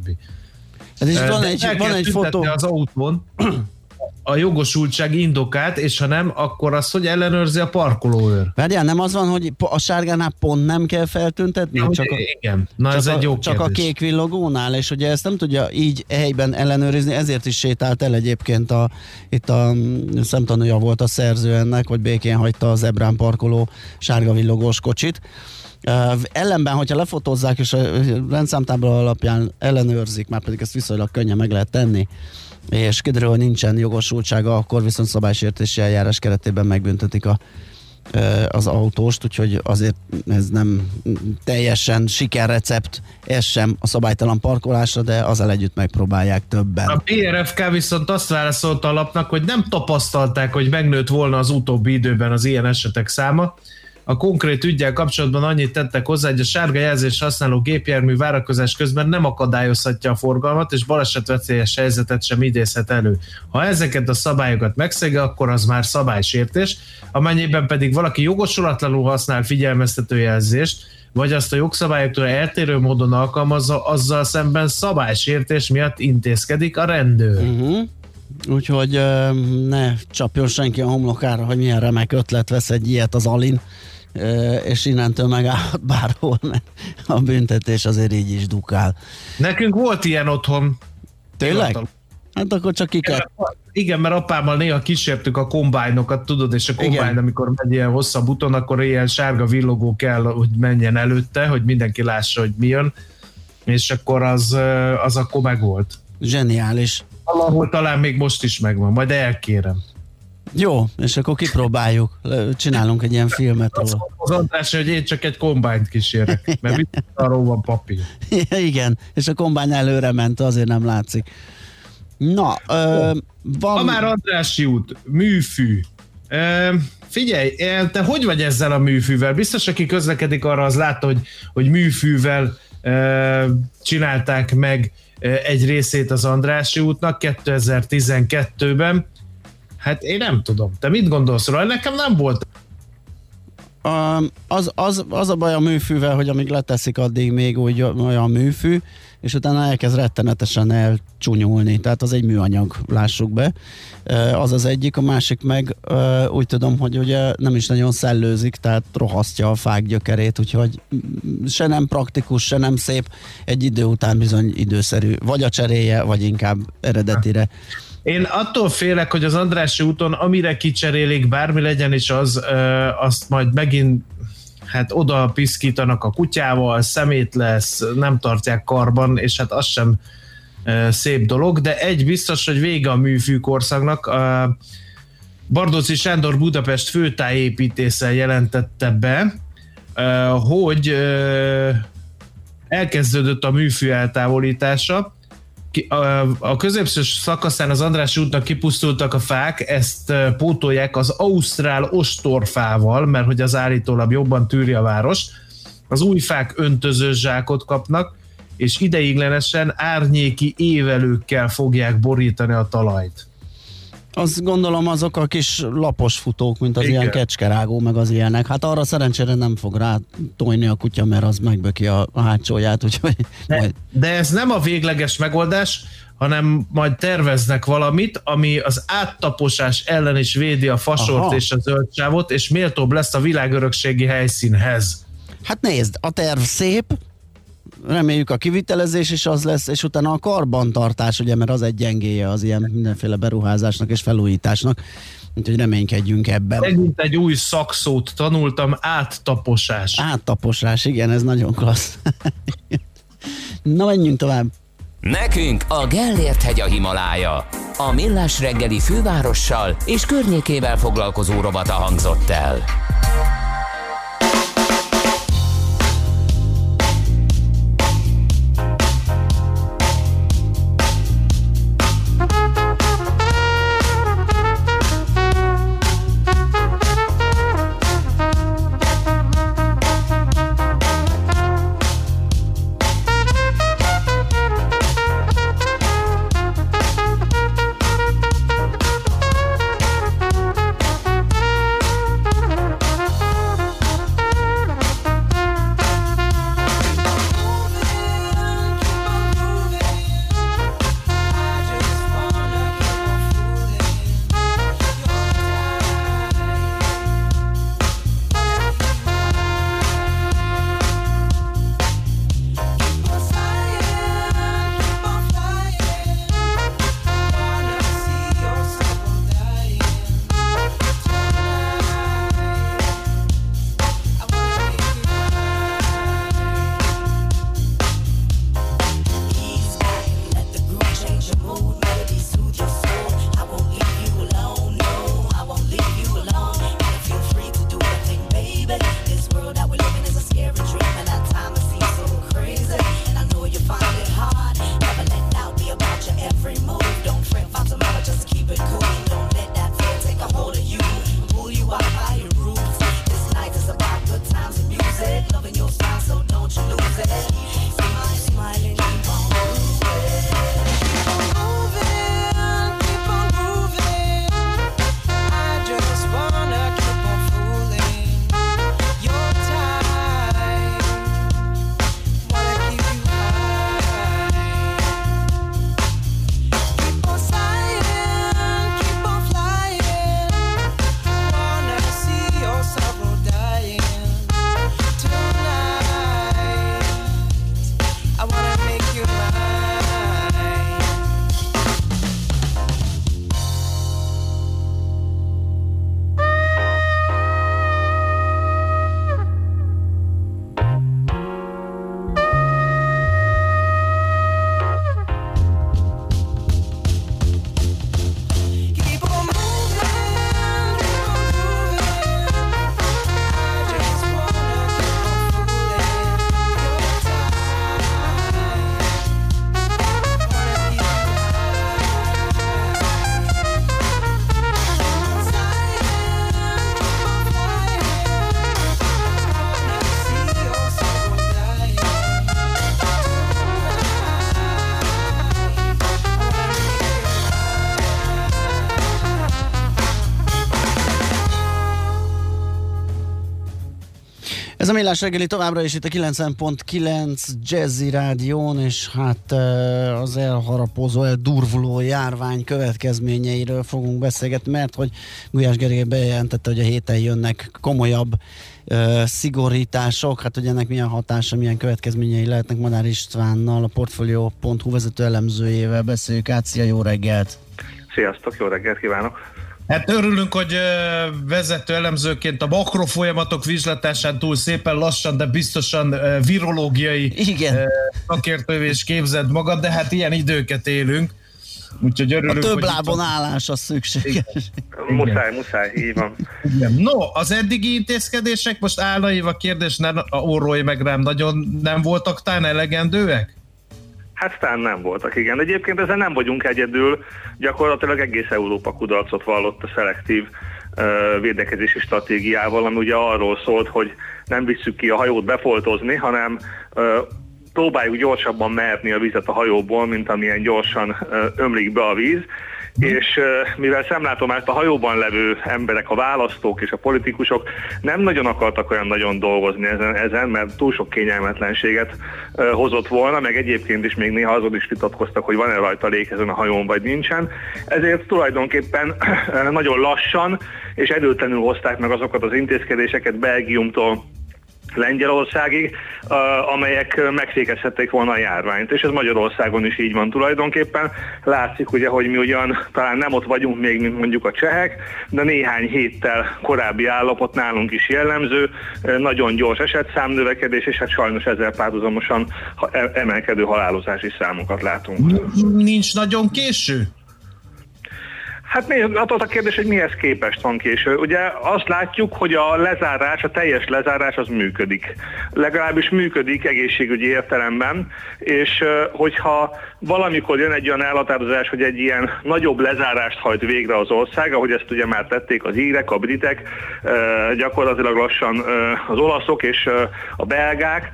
Ez is van egy fotó
az autón a jogosultság indokát, és ha nem, akkor az, hogy ellenőrzi a parkolóőr.
Várjál, nem az van, hogy a sárgánál pont nem kell feltüntetni?
Ja, igen. Na, ez egy jó
csak
kérdés.
a kék villogónál, és ugye ezt nem tudja így helyben ellenőrizni, ezért is sétált el egyébként itt a szemtanúja volt a szerző ennek, hogy békén hagyta a zebrán parkoló sárga villogós kocsit. Ellenben, hogyha lefotózzák és a rendszámtábla alapján ellenőrzik, már pedig ezt viszonylag könnyen meg lehet tenni, és kiderül, hogy nincsen jogosultsága, akkor viszont szabálysértési eljárás keretében megbüntetik az autóst, úgyhogy azért ez nem teljesen sikerrecept, ez sem a szabálytalan parkolásra, de azzal együtt megpróbálják többen.
A BRFK viszont azt válaszolta a lapnak, hogy nem tapasztalták, hogy megnőtt volna az utóbbi időben az ilyen esetek száma. A konkrét üggyel kapcsolatban annyit tettek hozzá, hogy a sárga jelzést használó gépjármű várakozás közben nem akadályozhatja a forgalmat, és balesetveszélyes helyzetet sem idézhet elő. Ha ezeket a szabályokat megszegi, akkor az már szabálysértés, amennyiben pedig valaki jogosulatlanul használ figyelmeztető jelzést, vagy azt a jogszabályoktól eltérő módon alkalmazza, azzal szemben szabálysértés miatt intézkedik a rendőr.
Úgyhogy ne csapjon senki a homlokára, hogy milyen remek ötlet vesz egy ilyet az Alin, és innentől megállhat bárhol, mert a büntetés azért így is dukál.
Nekünk volt ilyen otthon.
Tényleg? Hát akkor csak kiket.
Igen, mert apámmal néha kísértük a kombájnokat, tudod, és a kombájn, amikor megy ilyen hosszabb úton, akkor ilyen sárga villogó kell, hogy menjen előtte, hogy mindenki lássa, hogy mi jön, és akkor az akkor megvolt.
Zseniális.
Valahol talán még most is megvan, majd elkérem.
Jó, és akkor kipróbáljuk. Csinálunk egy ilyen filmet róla.
Az András, hogy én csak egy kombányt kísérek, mert mit arról van papír.
Igen, és a kombány előre ment, azért nem látszik. Na, van...
Ha már Andrássy út, műfű. Figyelj, te hogy vagy ezzel a műfűvel? Biztos, aki közlekedik arra, az látta, hogy műfűvel csinálták meg egy részét az Andrássy útnak 2012-ben. Hát én nem tudom. Te mit gondolsz róla? Nekem nem volt.
Az a baj a műfűvel, hogy amíg leteszik, addig még úgy olyan műfű, és utána elkezd rettenetesen elcsúnyulni. Tehát az egy műanyag, lássuk be. Az az egyik, a másik meg úgy tudom, hogy ugye nem is nagyon szellőzik, tehát rohasztja a fák gyökerét, úgyhogy se nem praktikus, se nem szép. Egy idő után bizony időszerű. Vagy a cseréje, vagy inkább eredetire.
Én attól félek, hogy az Andrássy úton, amire kicserélik, bármi legyen is azt majd megint hát oda piszkítanak a kutyával, szemét lesz, nem tartják karban, és hát az sem szép dolog, de egy biztos, hogy vége a műfű korszaknak. Bardóczy Sándor Budapest főtájépítéssel jelentette be, hogy elkezdődött a műfű eltávolítása. A középső szakaszán az Andrássy útnak kipusztultak a fák, ezt pótolják az ausztrál ostorfával, mert hogy az állítólag jobban tűri a város. Az új fák öntözős zsákot kapnak, és ideiglenesen árnyéki évelőkkel fogják borítani a talajt.
Azt gondolom azok a kis lapos futók, mint az ilyen kecskerágó, meg az ilyenek. Hát arra szerencsére nem fog rá tojni a kutya, mert az megböki a hátsóját, úgyhogy...
De ez nem a végleges megoldás, hanem majd terveznek valamit, ami az áttaposás ellen is védi a fasort és a zöldsávot, és méltóbb lesz a világörökségi helyszínhez.
Hát nézd, a terv szép, reméljük a kivitelezés is az lesz, és utána a karbantartás, ugye, mert az egy gyengéje az ilyen mindenféle beruházásnak és felújításnak, úgyhogy reménykedjünk ebben.
Megint egy új szakszót tanultam, áttaposás.
Áttaposás, igen, ez nagyon klassz. Na, menjünk tovább.
Nekünk a Gellért-hegy a Himalája. A Millás reggeli fővárossal és környékével foglalkozó rovata hangzott el.
Ez a Millás reggeli továbbra is itt a 90.9 Jazzy Rádión, és hát az elharapózó, eldurvuló járvány következményeiről fogunk beszélgetni, mert hogy Gulyás Gergely bejelentette, hogy a héten jönnek komolyabb szigorítások. Hát, hogy ennek milyen hatása, milyen következményei lehetnek, Madár Istvánnal, a Portfolio.hu vezető elemzőjével beszéljük át. Szia, jó reggelt!
Sziasztok, jó reggelt kívánok!
Hát örülünk, hogy vezető elemzőként a makrofolyamatok vizslatásán túl szépen lassan, de biztosan virológiai szakértővé is képzeld magad, de hát ilyen időket élünk. Úgyhogy örülünk,
a több lábon állás az szükséges.
Muszáj, így van.
Igen. No, az eddigi intézkedések, most álnaív a kérdés, ne orrolj meg rám, nagyon nem voltak tán elegendőek?
Hát tán nem voltak, igen. Egyébként ezen nem vagyunk egyedül, gyakorlatilag egész Európa kudarcot vallott a szelektív védekezési stratégiával, ami ugye arról szólt, hogy nem visszük ki a hajót befoltozni, hanem próbáljuk gyorsabban merni a vizet a hajóból, mint amilyen gyorsan ömlik be a víz, és mivel szemlátomást a hajóban levő emberek, a választók és a politikusok nem nagyon akartak olyan nagyon dolgozni ezen, mert túl sok kényelmetlenséget hozott volna, meg egyébként is még néha azon is vitatkoztak, hogy van-e rajta lék ezen a hajón, vagy nincsen. Ezért tulajdonképpen nagyon lassan és erőtlenül hozták meg azokat az intézkedéseket Belgiumtól Lengyelországig, amelyek megfékezhették volna a járványt, és ez Magyarországon is így van tulajdonképpen. Látszik ugye, hogy mi ugyan talán nem ott vagyunk még, mint mondjuk a csehek, de néhány héttel korábbi állapot nálunk is jellemző, nagyon gyors esetszámnövekedés, és hát sajnos ezzel párhuzamosan emelkedő halálozási számokat látunk.
Nincs nagyon késő?
Hát attól a kérdés, hogy mihez képest van késő. Ugye azt látjuk, hogy a lezárás, a teljes lezárás az működik. Legalábbis működik egészségügyi értelemben, és hogyha valamikor jön egy olyan elhatározás, hogy egy ilyen nagyobb lezárást hajt végre az ország, ahogy ezt ugye már tették az írek, a britek, gyakorlatilag lassan az olaszok és a belgák,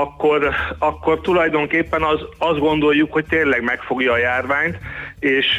akkor tulajdonképpen azt gondoljuk, hogy tényleg megfogja a járványt, és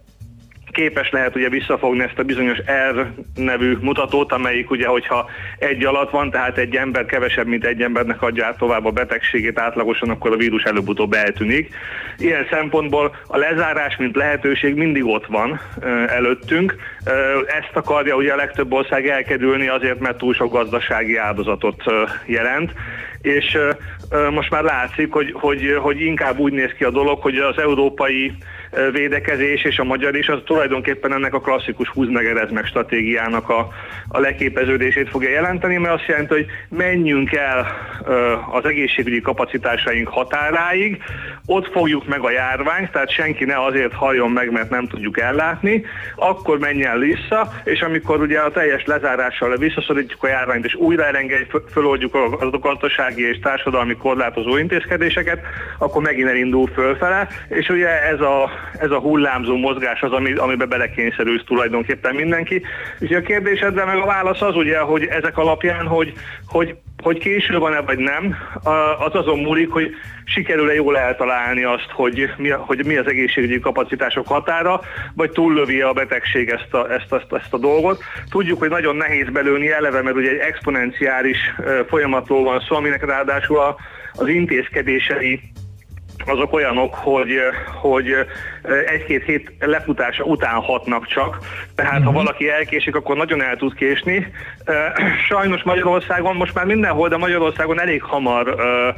képes lehet ugye visszafogni ezt a bizonyos R nevű mutatót, amelyik ugye, hogyha egy alatt van, tehát egy ember kevesebb, mint egy embernek adja át tovább a betegségét átlagosan, akkor a vírus előbb-utóbb eltűnik. Ilyen szempontból a lezárás, mint lehetőség mindig ott van előttünk. Ezt akarja ugye a legtöbb ország elkerülni azért, mert túl sok gazdasági áldozatot jelent, és most már látszik, hogy inkább úgy néz ki a dolog, hogy az európai védekezés és a magyar is, az tulajdonképpen ennek a klasszikus húz meg erez meg stratégiának a leképeződését fogja jelenteni, mert azt jelenti, hogy menjünk el az egészségügyi kapacitásaink határáig, ott fogjuk meg a járványt, tehát senki ne azért haljon meg, mert nem tudjuk ellátni, akkor menjen vissza, és amikor ugye a teljes lezárással visszaszorítjuk a járványt, és újra elengedjük, föloldjuk a gazdasági és társadalmi korlátozó intézkedéseket, akkor megint elindul fölfele, és ugye ez a hullámzó mozgás az, amiben belekényszerülsz tulajdonképpen mindenki. És a kérdésedre meg a válasz az ugye, hogy ezek alapján, hogy késő van-e vagy nem, az azon múlik, hogy sikerül-e jól eltalálni azt, hogy mi az egészségügyi kapacitások határa, vagy túllövi a betegség ezt a dolgot. Tudjuk, hogy nagyon nehéz belőni eleve, mert ugye egy exponenciális folyamatról van szó, aminek ráadásul az intézkedései azok olyanok, hogy egy-két hét lefutása után hatnak csak, tehát ha valaki elkésik, akkor nagyon el tud késni. Sajnos Magyarországon, most már mindenhol, de Magyarországon elég hamar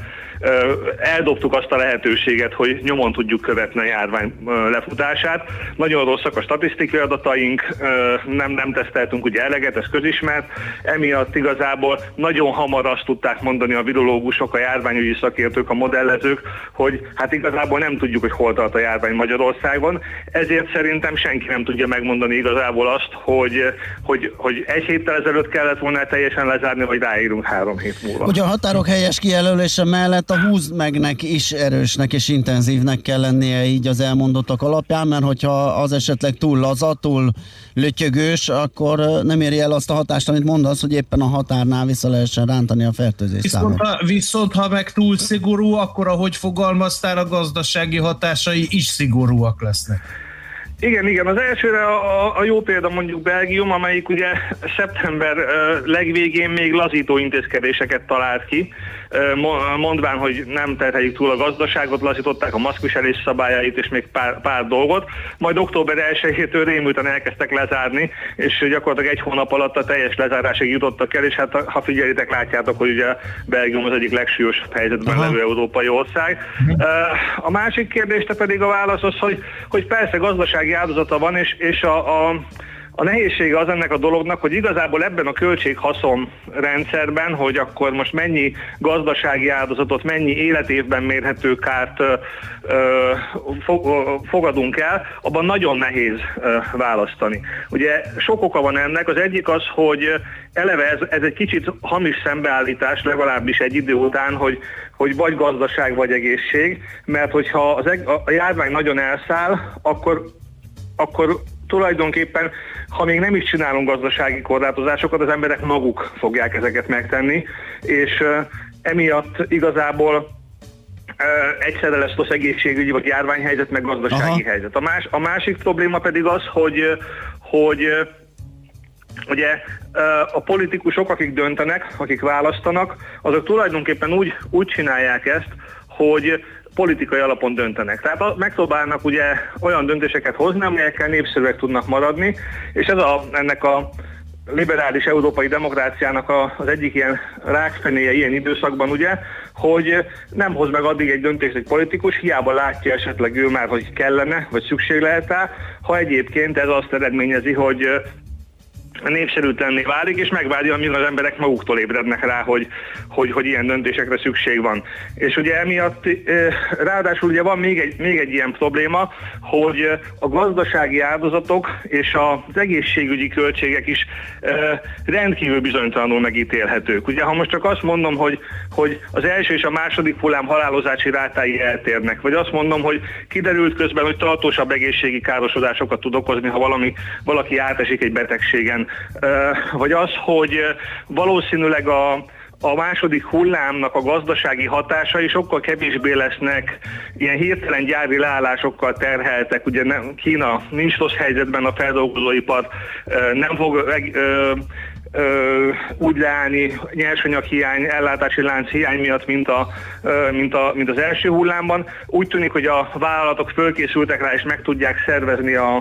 eldobtuk azt a lehetőséget, hogy nyomon tudjuk követni a járvány lefutását. Nagyon rosszak a statisztikai adataink, nem teszteltünk ugye eleget, ez közismert. Emiatt igazából nagyon hamar azt tudták mondani a virológusok, a járványügyi szakértők, a modellezők, hogy hát igazából nem tudjuk, hogy hol tart a járvány Magyarországon. Ezért szerintem senki nem tudja megmondani igazából azt, hogy egy héttel ezelőtt kellett volna teljesen lezárni, vagy ráírunk 3 hét múlva.
Ugye a határok helyes kijelölése mellett a húzd megnek is erősnek és intenzívnek kell lennie így az elmondottak alapján, mert hogyha az esetleg túl laza, túl lötyögős, akkor nem éri el azt a hatást, amit mondasz, hogy éppen a határnál vissza lehessen rántani a fertőzés számot.
Viszont ha meg túl szigorú, akkor ahogy fogalmaztál, a gazdasági hatásai is szigorúak lesznek.
Igen, az elsőre a jó példa mondjuk Belgium, amelyik ugye szeptember legvégén még lazító intézkedéseket talált ki, mondván, hogy nem terheljük túl a gazdaságot, lazították a maszkviselés szabályait és még pár dolgot, majd október 1-től rémülten elkezdtek lezárni, és gyakorlatilag egy hónap alatt a teljes lezárásig jutottak el, és hát ha figyelitek, látjátok, hogy ugye Belgium az egyik legsúlyosabb helyzetben levő európai ország. A másik kérdésre pedig a válasz az, hogy persze gazdasági áldozata van, és a nehézsége az ennek a dolognak, hogy igazából ebben a költség-haszon rendszerben, hogy akkor most mennyi gazdasági áldozatot, mennyi életévben mérhető kárt fogadunk el, abban nagyon nehéz választani. Ugye sok oka van ennek, az egyik az, hogy eleve ez egy kicsit hamis szembeállítás, legalábbis egy idő után, hogy vagy gazdaság, vagy egészség, mert hogyha a járvány nagyon elszáll, akkor tulajdonképpen, ha még nem is csinálunk gazdasági korlátozásokat, az emberek maguk fogják ezeket megtenni, és emiatt igazából egyszerre lesz az egészségügyi vagy járványhelyzet, meg gazdasági helyzet. A másik probléma pedig az, hogy ugye a politikusok, akik döntenek, akik választanak, azok tulajdonképpen úgy csinálják ezt, hogy politikai alapon döntenek. Tehát megpróbálnak ugye olyan döntéseket hozni, amelyekkel népszerűek tudnak maradni, és ez ennek a liberális európai demokráciának az egyik ilyen rákfenéje ilyen időszakban ugye, hogy nem hoz meg addig egy döntést egy politikus, hiába látja esetleg ő már, hogy kellene, vagy szükség lehet rá, ha egyébként ez azt eredményezi, hogy népszerűtlenné válik, és megvárja, amíg az emberek maguktól ébrednek rá, hogy ilyen döntésekre szükség van. És ugye emiatt ráadásul ugye van még egy ilyen probléma, hogy a gazdasági áldozatok és az egészségügyi költségek is rendkívül bizonytalanul megítélhetők. Ugye ha most csak azt mondom, hogy az első és a második hullám halálozási rátái eltérnek, vagy azt mondom, hogy kiderült közben, hogy tartósabb egészségi károsodásokat tud okozni, ha valaki átesik egy betegségen, vagy az, hogy valószínűleg a második hullámnak a gazdasági hatásai sokkal kevésbé lesznek ilyen hirtelen gyári leállásokkal terheltek. Ugye Kína nincs rossz helyzetben, a feldolgozóipar nem fog úgy leállni nyersanyaghiány, ellátási lánc hiány miatt, mint az első hullámban. Úgy tűnik, hogy a vállalatok fölkészültek rá, és meg tudják szervezni a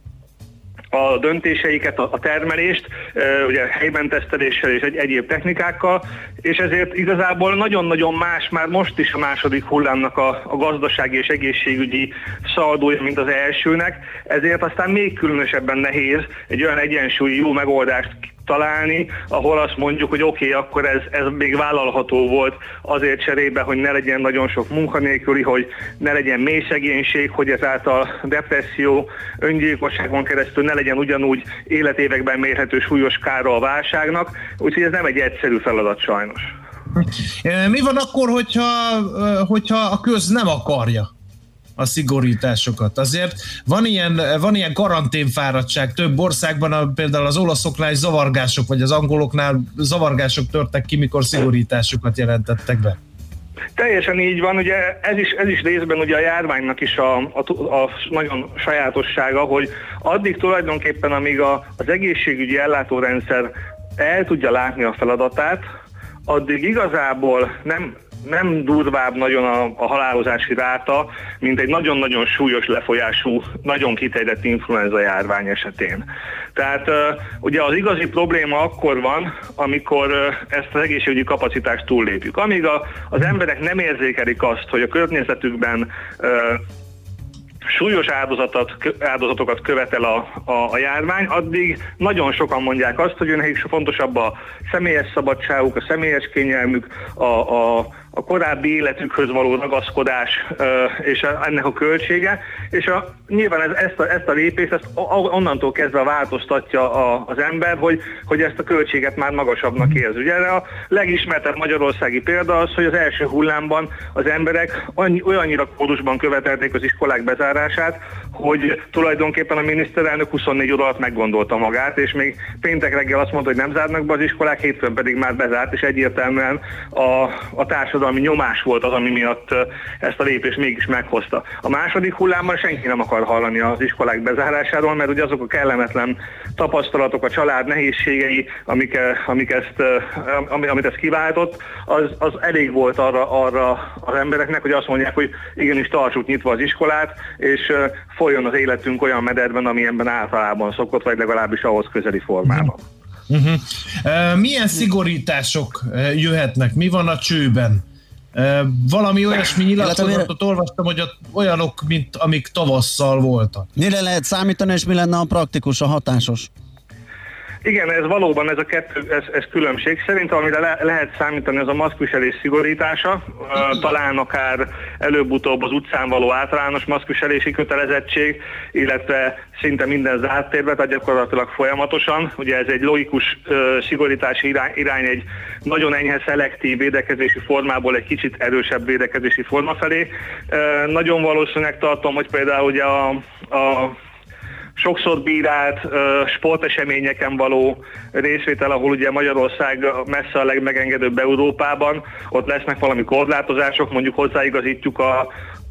döntéseiket, a termelést, ugye helyben teszteléssel és egyéb technikákkal, és ezért igazából nagyon-nagyon más már most is a második hullámnak a gazdasági és egészségügyi szaldója, mint az elsőnek, ezért aztán még különösebben nehéz egy olyan egyensúlyi jó megoldást találni, ahol azt mondjuk, hogy oké, akkor ez még vállalható volt azért cserébe, hogy ne legyen nagyon sok munkanélküli, hogy ne legyen mély szegénység, hogy ezáltal depresszió, öngyilkosságon keresztül ne legyen ugyanúgy életévekben mérhető súlyos kára a válságnak, úgyhogy ez nem egy egyszerű feladat sajnos.
Mi van akkor, hogyha a köz nem akarja a szigorításokat? Azért van ilyen karanténfáradtság több országban, például az olaszoknál is zavargások, vagy az angoloknál zavargások törtek ki, mikor szigorításokat jelentettek be.
Teljesen így van, ugye ez is részben ugye a járványnak is a nagyon sajátossága, hogy addig tulajdonképpen, amíg az egészségügyi ellátórendszer el tudja látni a feladatát, addig igazából nem durvább nagyon a halálozási ráta, mint egy nagyon-nagyon súlyos lefolyású, nagyon kiterjedt influenza járvány esetén. Tehát ugye az igazi probléma akkor van, amikor ezt az egészségügyi kapacitást túllépjük. Amíg az emberek nem érzékelik azt, hogy a környezetükben súlyos áldozatokat követel a járvány, addig nagyon sokan mondják azt, hogy nekik fontosabb a személyes szabadságuk, a személyes kényelmük, a korábbi életükhöz való ragaszkodás és ennek a költsége, és nyilván ezt a lépést onnantól kezdve változtatja az ember, hogy ezt a költséget már magasabbnak érzi. Ugye a legismertebb magyarországi példa az, hogy az első hullámban az emberek olyannyira kódusban követelték az iskolák bezárását, hogy tulajdonképpen a miniszterelnök 24 óra alatt meggondolta magát, és még péntek reggel azt mondta, hogy nem zárnak be az iskolák, hétfőn pedig már bezárt, és egyértelműen a társadalom társadalmi nyomás volt az, ami miatt ezt a lépést mégis meghozta. A második hullámban senki nem akar hallani az iskolák bezárásáról, mert ugye azok a kellemetlen tapasztalatok, a család nehézségei, amit ez kiváltott, az elég volt arra az embereknek, hogy azt mondják, hogy igenis tartsuk nyitva az iskolát, és folyjon az életünk olyan mederben, amilyenben általában szokott, vagy legalábbis ahhoz közeli formában.
Milyen szigorítások jöhetnek? Mi van a csőben? Valami olyasmi nyilatkozatot olvastam, hogy olyanok, mint amik tavasszal voltak.
Mire lehet számítani, és mi lenne a praktikus, a hatásos?
Igen, ez valóban ez a kettő, ez különbség. Szerintem amire lehet számítani, az a maszkviselés szigorítása, talán akár előbb-utóbb az utcán való általános maszkviselési kötelezettség, illetve szinte minden zárt térben, tehát gyakorlatilag folyamatosan. Ugye ez egy logikus szigorítási irány egy nagyon enyhe szelektív védekezési formából egy kicsit erősebb védekezési forma felé. Nagyon valószínűleg tartom, hogy például ugye a sokszor bírált sporteseményeken való részvétel, ahol ugye Magyarország messze a legmegengedőbb Európában, ott lesznek valami korlátozások, mondjuk hozzáigazítjuk a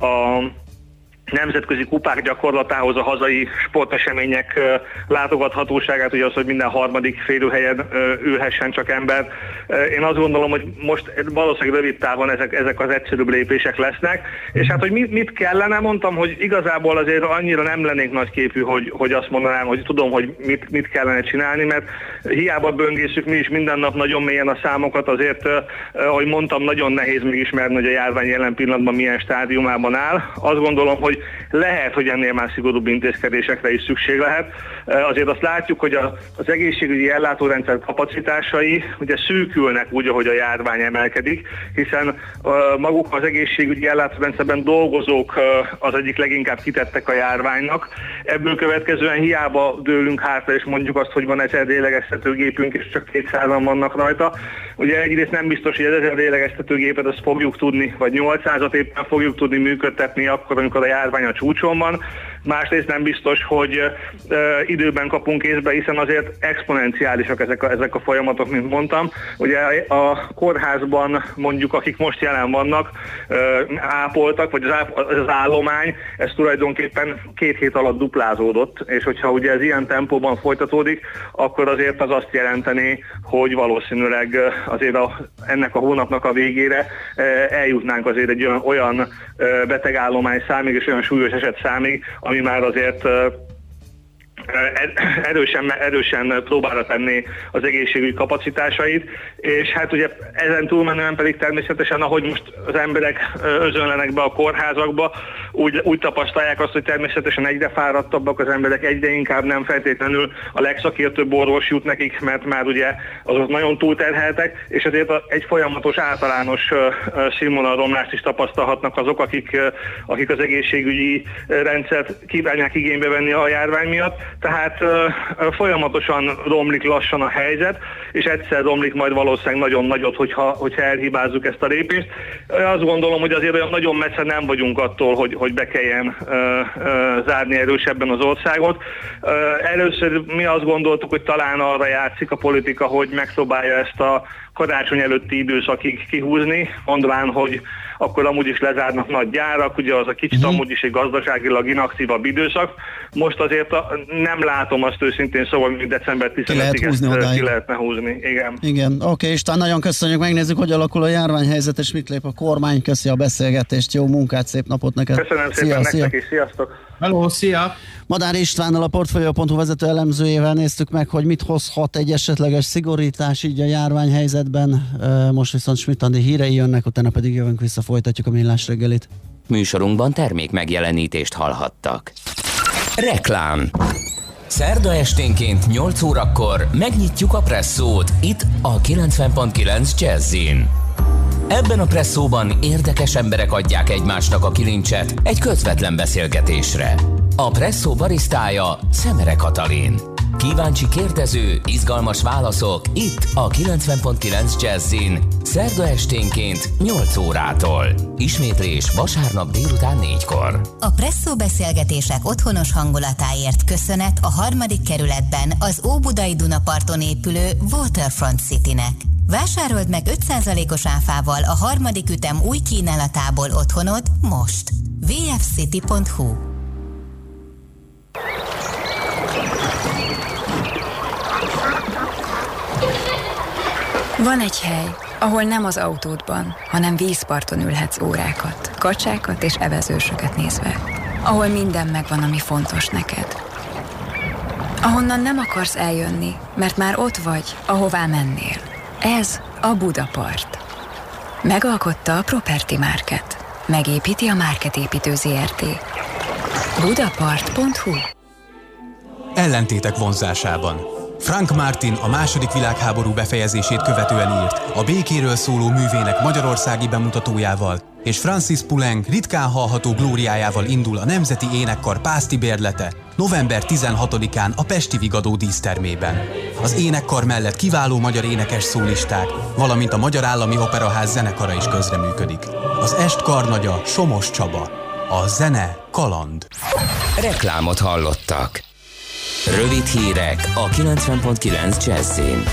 nemzetközi kupák gyakorlatához a hazai sportesemények látogathatóságát, ugye az, hogy minden harmadik férőhelyen ülhessen csak ember. Én azt gondolom, hogy most valószínűleg rövid távon ezek az egyszerűbb lépések lesznek, és hát, hogy mit kellene, mondtam, hogy igazából azért annyira nem lennék nagyképű, hogy azt mondanám, hogy tudom, hogy mit kellene csinálni, mert hiába böngészünk mi is minden nap nagyon mélyen a számokat, azért, ahogy mondtam, nagyon nehéz megismerni, hogy a járvány jelen pillanatban milyen stádiumában áll. Azt gondolom, hogy lehet, hogy ennél már szigorúbb intézkedésekre is szükség lehet. Azért azt látjuk, hogy az egészségügyi ellátórendszer kapacitásai ugye szűkülnek úgy, ahogy a járvány emelkedik, hiszen maguk az egészségügyi ellátórendszerben dolgozók az egyik leginkább kitettek a járványnak. Ebből következően hiába dőlünk hátra, és mondjuk azt, hogy van 1000 lélegeztetőgépünk, és csak 200-an vannak rajta. Ugye egyrészt nem biztos, hogy az 1000 lélegeztetőgépet azt fogjuk tudni, vagy 800-at éppen fogjuk tudni működtetni akkor, amikor a járvány a csúcson van. Másrészt nem biztos, hogy időben kapunk kézbe, hiszen azért exponenciálisak ezek a folyamatok, mint mondtam. Ugye a kórházban mondjuk, akik most jelen vannak, ápoltak, vagy az állomány, ez tulajdonképpen 2 hét alatt duplázódott, és hogyha ugye ez ilyen tempóban folytatódik, akkor azért az azt jelenteni, hogy valószínűleg azért ennek a hónapnak a végére eljutnánk azért egy olyan betegállomány számig és olyan súlyos eset számig, ami már azért erősen próbára tenni az egészségügyi kapacitásait, és hát ugye ezen túlmenően pedig természetesen, ahogy most az emberek özönlenek be a kórházakba, úgy tapasztalják azt, hogy természetesen egyre fáradtabbak az emberek, egyre inkább nem feltétlenül a legszakértőbb orvos jut nekik, mert már ugye azok nagyon túlterheltek, és azért egy folyamatos általános színvonalromlást is tapasztalhatnak azok, akik az egészségügyi rendszert kívánják igénybe venni a járvány miatt. Tehát folyamatosan romlik lassan a helyzet, és egyszer romlik majd valószínűleg nagyon nagyot, hogyha elhibázzuk ezt a lépést. Azt gondolom, hogy azért olyan nagyon messze nem vagyunk attól, hogy be kelljen zárni erősebben az országot. Először mi azt gondoltuk, hogy talán arra játszik a politika, hogy megpróbálja ezt a karácsony előtti időszakig kihúzni, mondván, hogy akkor amúgy is lezárnak nagy gyárak, ugye az a kicsit amúgy is egy gazdaságilag inaktívabb időszak. Most azért nem látom azt őszintén, szóval, hogy december 15-ig ezt ki lehetne húzni.
Igen, oké, István, nagyon köszönjük, megnézzük, hogy alakul a járványhelyzet, és mit lép a kormány. Köszi a beszélgetést, jó munkát, szép napot neked.
Köszönöm szépen nektek is, sziasztok!
Hello, szia!
Madár Istvánnal, a Portfolio.hu vezető elemzőjével néztük meg, hogy mit hozhat egy esetleges szigorítás így a járványhelyzetben. Most viszont Schmidt-Andi hírei jönnek, utána pedig jövünk vissza, folytatjuk a Millás reggelit.
Műsorunkban termék megjelenítést hallhattak. Reklám. Szerda esténként 8 órakor megnyitjuk a presszót itt a 90.9 Jazzin. Ebben a presszóban érdekes emberek adják egymásnak a kilincset egy közvetlen beszélgetésre. A presszó barisztája Szemere Katalin. Kíváncsi kérdező, izgalmas válaszok itt a 90.9 Jazzin. Szerda esténként 8 órától. Ismétlés vasárnap délután 4-kor.
A presszó beszélgetések otthonos hangulatáért köszönet a 3. kerületben az Óbudai Dunaparton épülő Waterfront Citynek. Vásárold meg 5%-os áfával a harmadik ütem új kínálatából otthonod most. vfcity.hu.
Van egy hely, ahol nem az autódban, hanem vízparton ülhetsz órákat, kacsákat és evezősöket nézve. Ahol minden megvan, ami fontos neked. Ahonnan nem akarsz eljönni, mert már ott vagy, ahová mennél. Ez a Budapart. Megalkotta a Property Market. Megépíti a Market építő Zrt. Budapart.hu.
Ellentétek vonzásában. Frank Martin a II. Világháború befejezését követően írt a békéről szóló művének magyarországi bemutatójával, és Francis Poulenc ritkán hallható glóriájával indul a Nemzeti Énekkar Pászti bérlete november 16-án a Pesti Vigadó dísztermében. Az énekkar mellett kiváló magyar énekes szólisták, valamint a Magyar Állami Operaház zenekara is közreműködik. Az est karnagya Somos Csaba. A zene kaland.
Reklámot hallottak. Rövid hírek a 90.9 Jazzin.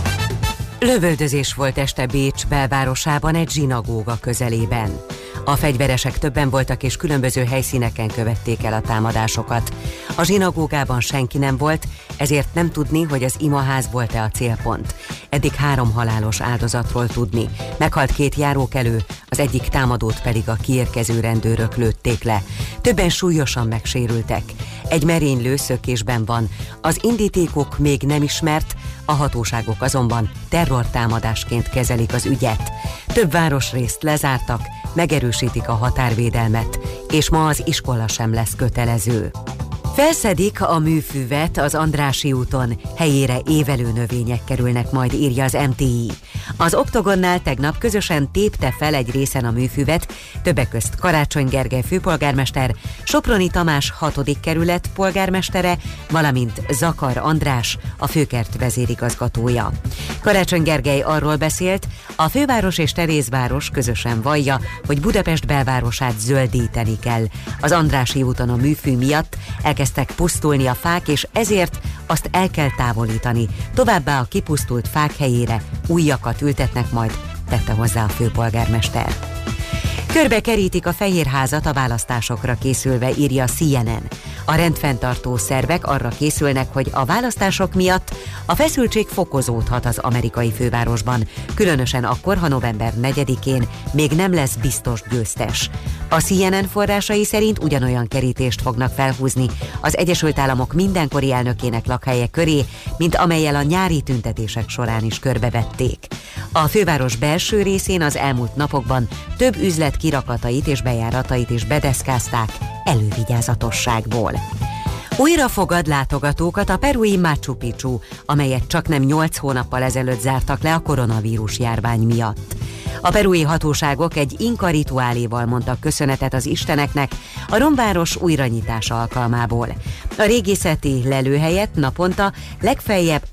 Lövöldözés volt este Bécs belvárosában egy zsinagóga közelében. A fegyveresek többen voltak és különböző helyszíneken követték el a támadásokat. A zsinagógában senki nem volt, ezért nem tudni, hogy az imaház volt-e a célpont. Eddig 3 halálos áldozatról tudni. Meghalt 2 járókelő, az egyik támadót pedig a kiérkező rendőrök lőtték le. Többen súlyosan megsérültek. Egy merénylő szökésben van. Az indítékok még nem ismert, a hatóságok azonban terrortámadásként kezelik az ügyet. Több városrészt lezártak, megerősítik a határvédelmet, és ma az iskola sem lesz kötelező. Felszedik a műfüvet az Andrássy úton, helyére évelő növények kerülnek majd, írja az MTI. Az Oktogonnál tegnap közösen tépte fel egy részen a műfüvet, többek közt Karácsony Gergely főpolgármester, Soproni Tamás 6. kerület polgármestere, valamint Zakar András, a főkert vezérigazgatója. Karácsony Gergely arról beszélt, a főváros és Terézváros közösen vallja, hogy Budapest belvárosát zöldíteni kell. Az Andrássy úton a műfű miatt elkezdtek pusztulni a fák, és ezért azt el kell távolítani. Továbbá a kipusztult fák helyére újakat ültetnek majd, tette hozzá a főpolgármester. Körbe kerítik a Fehérházat a választásokra készülve, írja CNN. A rendfenntartó szervek arra készülnek, hogy a választások miatt a feszültség fokozódhat az amerikai fővárosban, különösen akkor, ha november 4-én még nem lesz biztos győztes. A CNN forrásai szerint ugyanolyan kerítést fognak felhúzni az Egyesült Államok mindenkori elnökének lakhelye köré, mint amellyel a nyári tüntetések során is körbevették. A főváros belső részén az elmúlt napokban több üzlet kirakatait és bejáratait is bedeszkázták elővigyázatosságból. Újra fogad látogatókat a perui Machu Picchu, amelyet csaknem 8 hónappal ezelőtt zártak le a koronavírus járvány miatt. A perui hatóságok egy inka rituáléval mondtak köszönetet az isteneknek a romváros újranyitása alkalmából. A régészeti lelőhelyet naponta legfeljebb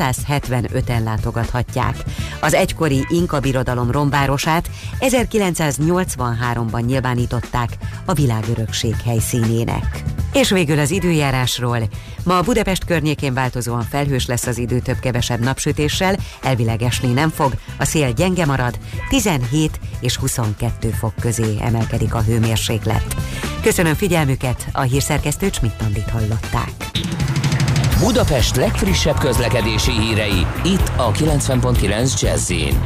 675-en látogathatják. Az egykori inka birodalom romvárosát 1983-ban nyilvánították a világörökség helyszínének. És végül az időjárásról. Ma a Budapest környékén változóan felhős lesz az idő, több-kevesebb napsütéssel, elvileg esni nem fog, a szél gyenge marad, 17 és 22 fok közé emelkedik a hőmérséklet. Köszönöm figyelmüket, a hírszerkesztő Schmidt-Andit hallották.
Budapest legfrissebb közlekedési hírei, itt a 90.9 Jazz-in.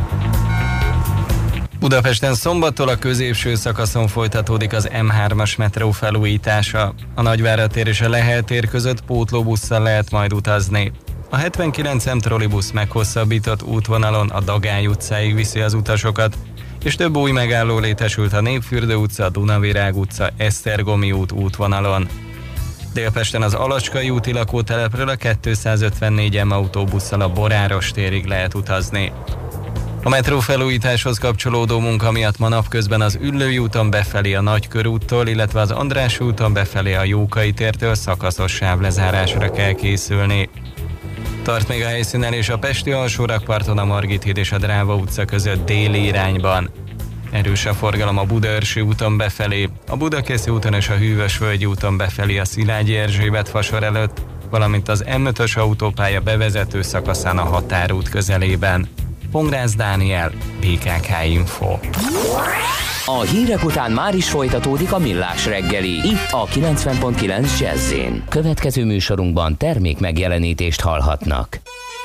Budapesten szombattól a középső szakaszon folytatódik az M3-as metró felújítása. A Nagyvárad tér és a Lehel tér között pótlóbusszal lehet majd utazni. A 79 trollibusz meghosszabbított útvonalon a Dagály utcáig viszi az utasokat, és több új megálló létesült a Népfürdő utca, a Dunavirág utca, Esztergomi út útvonalon. Délpesten az Alacskai úti lakótelepről a 254 M autóbusszal a Boráros térig lehet utazni. A metró felújításhoz kapcsolódó munka miatt ma napközben az Üllői úton befelé a Nagykörúttól, illetve az András úton befelé a Jókai tértől szakaszos sávlezárásra kell készülni. Tart még a helyszínen és a Pesti alsórakparton a Margit híd és a Dráva utca között déli irányban. Erős a forgalom a Budaörsi úton befelé, a Budakeszi úton és a Hűvösvölgyi úton befelé a Szilágyi Erzsébet fasor előtt, valamint az M5-ös autópálya bevezető szakaszán a Határút közelében. Pongrász Dániel, BKK Info.
A hírek után már is folytatódik a Millás reggeli, itt a 90.9 Jazz-in. Következő műsorunkban termék megjelenítést hallhatnak.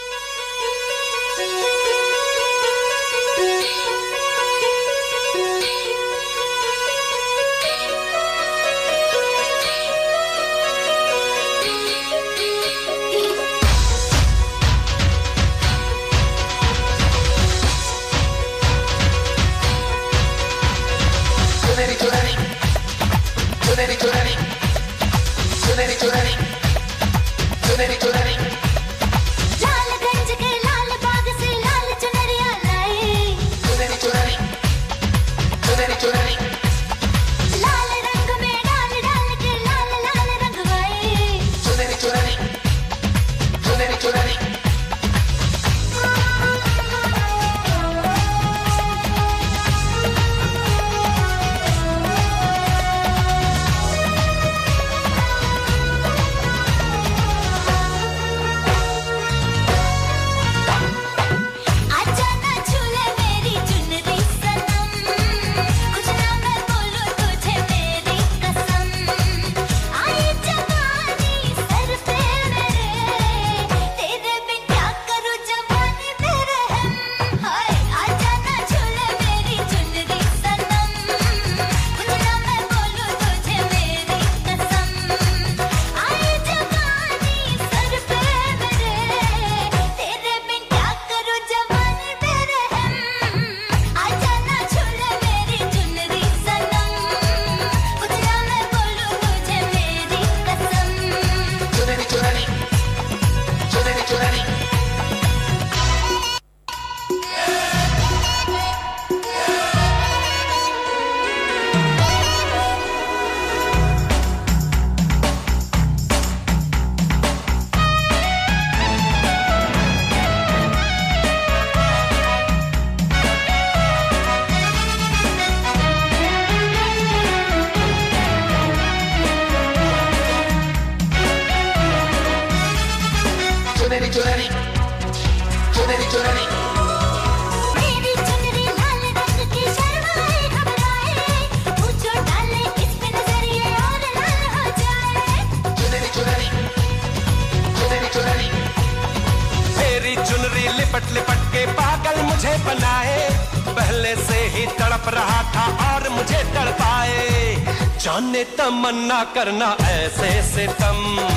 जाने तमन्ना करना ऐसे सितम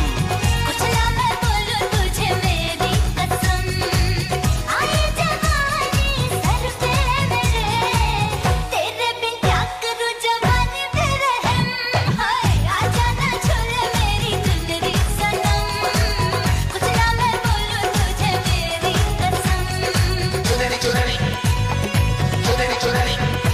कुछ ना मैं बोलूं तुझे मेरी कसम आए जवानी सर पे मेरे तेरे बिन क्या करूं जवानी मेरे हम हाय आजा ना छोड़ मेरी चुनरी सनम कुछ ना मैं बोलूं तुझे मेरी कसम चुनरी चुनरी चुनरी चुनरी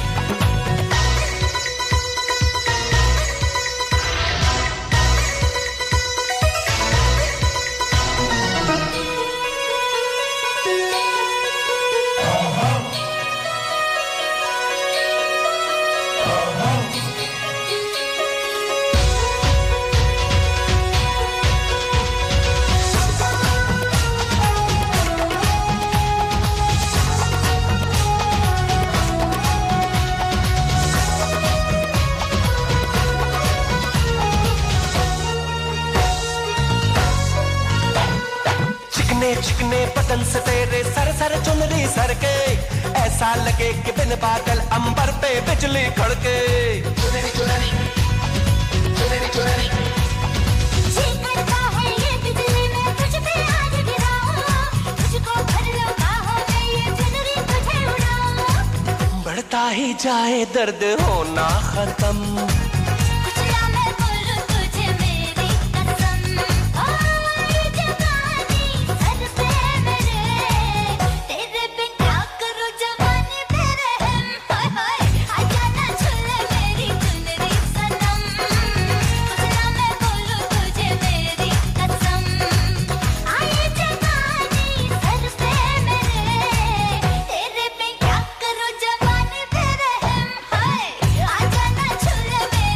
चिकने बदन से तेरे सर सर चुनरी सर के ऐसा लगे कि बिन बादल अंबर पे बिजली खड़के चुनरी चुनरी चुनरी चुनरी
जी करता है ये बिजली में तुझ पे आज गिराऊं तुझको भर लो बाहों में ये चुनरी तुझे उड़ाऊं
बढ़ता ही जाए दर्द होना खत्म
आजा ना छुले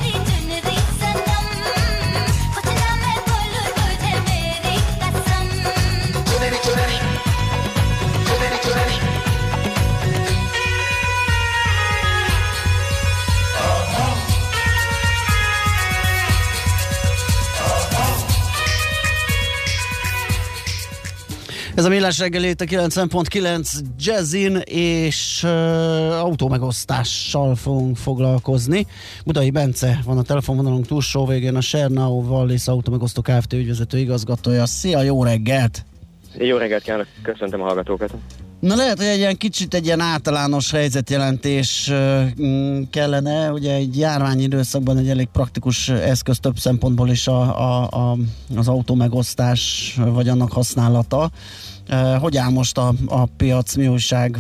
Ez a Millás reggeli itt a 90.9 Jazzin, és autómegosztással fogunk foglalkozni. Budai Bence van a telefonvonalunk túlsó végén, a Sernau Wallis Automegosztó Kft. Ügyvezető igazgatója. Szia, jó reggelt!
Jó reggelt kívánok, köszöntöm a hallgatókat!
Na lehet, hogy egy ilyen általános helyzetjelentés kellene, ugye egy járványidőszakban egy elég praktikus eszköz több szempontból is az autómegosztás vagy annak használata. Hogy áll most a piac, mi újság,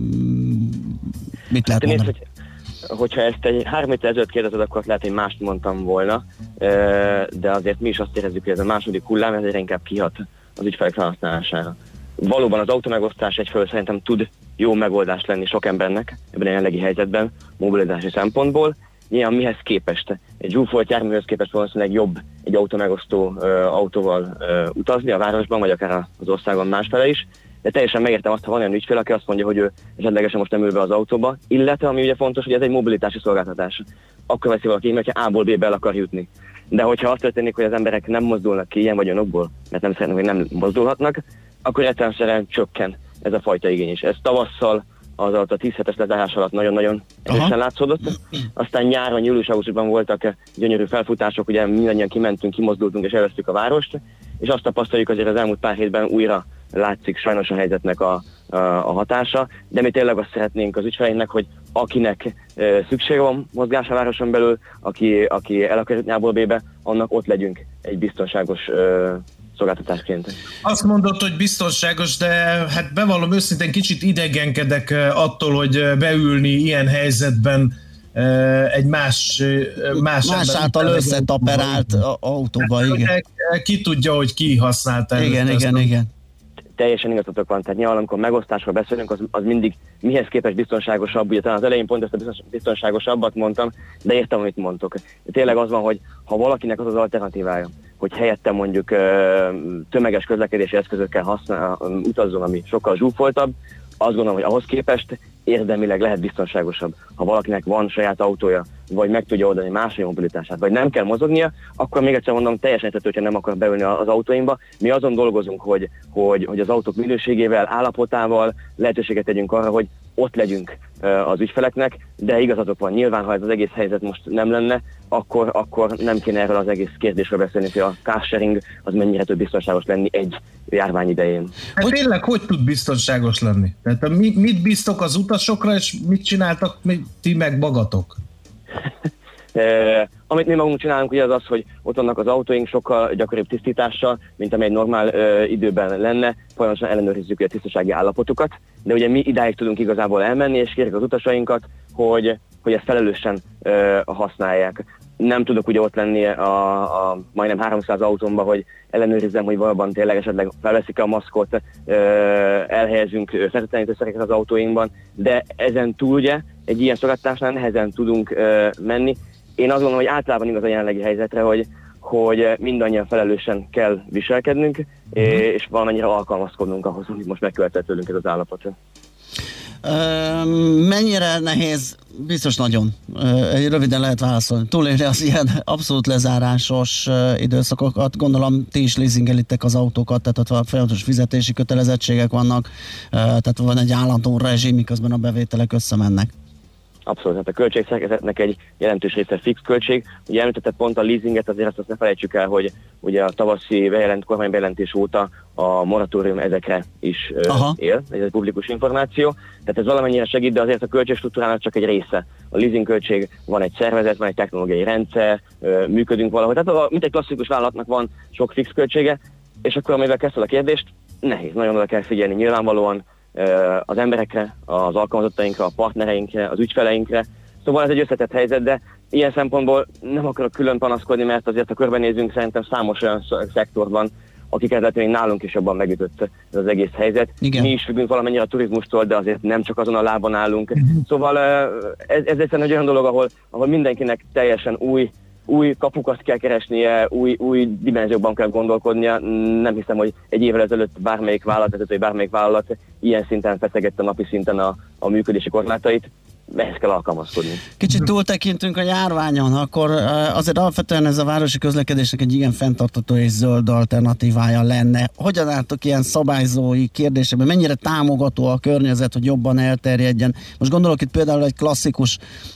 mit lehet mondani?
Hogyha ezt egy 3 héttel ezelőtt kérdezed, akkor lehet, hogy mást mondtam volna, de azért mi is azt érezzük, hogy ez a második hullám, ez egyre inkább kihat az ügyfelek felhasználására. Valóban az autómegosztás egyfelől szerintem tud jó megoldás lenni sok embernek ebben a jelenlegi helyzetben, mobilitási szempontból. Nyilván mihez képest? Egy zsúfolt járműhöz képest valószínűleg jobb egy autómegosztó autóval utazni a városban, vagy akár az országon másfele is. De teljesen megértem azt, ha van olyan ügyfél, aki azt mondja, hogy ő esetlegesen most nem ül be az autóba, illetve ami ugye fontos, hogy ez egy mobilitási szolgáltatás. Akkor veszi valaki, hogyha A-ból B-be el akar jutni. De hogyha azt történik, hogy az emberek nem mozdulnak ki ilyen vagy olyanokból, mert nem szeretnek, hogy nem mozdulhatnak, akkor egyszerűen csökken ez a fajta igény is. Ez tavasszal, az a 10 hetes lezárás alatt nagyon-nagyon erősen látszódott. Aztán nyáron, július-augusztusban voltak gyönyörű felfutások, ugye mindannyian kimentünk, kimozdultunk és elvesztük a várost, és azt tapasztaljuk azért az elmúlt pár hétben újra látszik sajnos a helyzetnek a hatása, de mi tényleg azt szeretnénk az ügyfeleinknek, hogy akinek szüksége van mozgás a városon belül, aki el akar jutni A-ból B-be, annak ott legyünk egy biztonságos szolgáltatásként.
Azt mondod, hogy biztonságos, de hát bevallom őszintén, kicsit idegenkedek attól, hogy beülni ilyen helyzetben egy más
által összetaperált autóba, igen.
Ki tudja, hogy ki használta.
Igen.
Teljesen igazatok van, tehát nyilván amikor megosztásról beszélünk, az mindig mihez képest biztonságosabb, ugye talán az elején pont ezt a biztonságosabbat mondtam, de értem, amit mondtok. Tényleg az van, hogy ha valakinek az az alternatívája, hogy helyette mondjuk tömeges közlekedési eszközökkel utazzon, ami sokkal zsúfoltabb, azt gondolom, hogy ahhoz képest érdemileg lehet biztonságosabb. Ha valakinek van saját autója, vagy meg tudja oldani másik mobilitását, vagy nem kell mozognia, akkor még egyszer mondom, teljesen érthető, hogyha nem akar beülni az autóinkba. Mi azon dolgozunk, hogy az autók minőségével, állapotával lehetőséget tegyünk arra, hogy ott legyünk az ügyfeleknek, de igazatok van, nyilván, ha ez az egész helyzet most nem lenne, akkor nem kéne erről az egész kérdésről beszélni, hogy a carsharing az mennyire tud biztonságos lenni egy járvány idején.
Hát tényleg, hogy tud biztonságos lenni? Tehát mit bíztok az utasokra, és mit csináltak ti meg magatok?
Amit mi magunk csinálunk, ugye az, hogy ott vannak az autóink sokkal gyakoribb tisztítással, mint amely egy normál időben lenne, folyamatosan ellenőrizzük a tisztasági állapotukat, de ugye mi idáig tudunk igazából elmenni, és kérjük az utasainkat, hogy ezt felelősen használják. Nem tudok ugye ott lenni a majdnem 300 autómban, hogy ellenőrizzem, hogy valóban tényleg esetleg felveszik a maszkot, elhelyezünk fertőtlenítőszereket az autóinkban, de ezen túl ugye egy ilyen szolgáltatásnál nehezen tudunk menni. Én azt gondolom, hogy általában igaz a jelenlegi helyzetre, hogy mindannyian felelősen kell viselkednünk, és valamennyire alkalmazkodnunk ahhoz, hogy most megkövetett tőlünk ez az állapot.
Mennyire nehéz, biztos nagyon, röviden lehet válaszolni, túlélni az ilyen abszolút lezárásos időszakokat. Gondolom ti is leasingelitek az autókat, tehát ott folyamatos fizetési kötelezettségek vannak, tehát van egy állandó rezsim, miközben a bevételek összemennek.
Abszolút, hát a költségszerkezetnek egy jelentős része fix költség. Ugye említetted pont a leasinget, azért azt ne felejtsük el, hogy ugye a tavaszi kormánybejelentés óta a moratórium ezekre is él, ez egy publikus információ. Tehát ez valamennyire segít, de azért a költségstruktúrának csak egy része. A leasing költség, van egy szervezet, van egy technológiai rendszer, működünk valahol. Tehát mint egy klasszikus vállalatnak van sok fix költsége, és akkor amivel kezdted a kérdést, nehéz, nagyon oda kell figyelni nyilvánvalóan az emberekre, az alkalmazottainkra, a partnereinkre, az ügyfeleinkre. Szóval ez egy összetett helyzet, de ilyen szempontból nem akarok külön panaszkodni, mert azért ha körbenézünk, szerintem számos olyan szektor van, akiket lehet, még nálunk is jobban megütött ez az egész helyzet. Igen. Mi is függünk valamennyire a turizmustól, de azért nem csak azon a lábon állunk. Szóval ez egyszerűen egy olyan dolog, ahol mindenkinek teljesen új kapukat kell keresnie, új dimenziókban kell gondolkodnia. Nem hiszem, hogy egy évvel ezelőtt bármelyik vállalat ilyen szinten feszegette napi szinten a működési korlátait. ehhez kell alkalmazkodni.
Kicsit túltekintünk a járványon, akkor azért alapvetően ez a városi közlekedésnek egy igen fenntartható és zöld alternatívája lenne. Hogyan álltok ilyen szabályzói kérdésekben? Mennyire támogató a környezet, hogy jobban elterjedjen? Most gondolok itt például egy klasszikus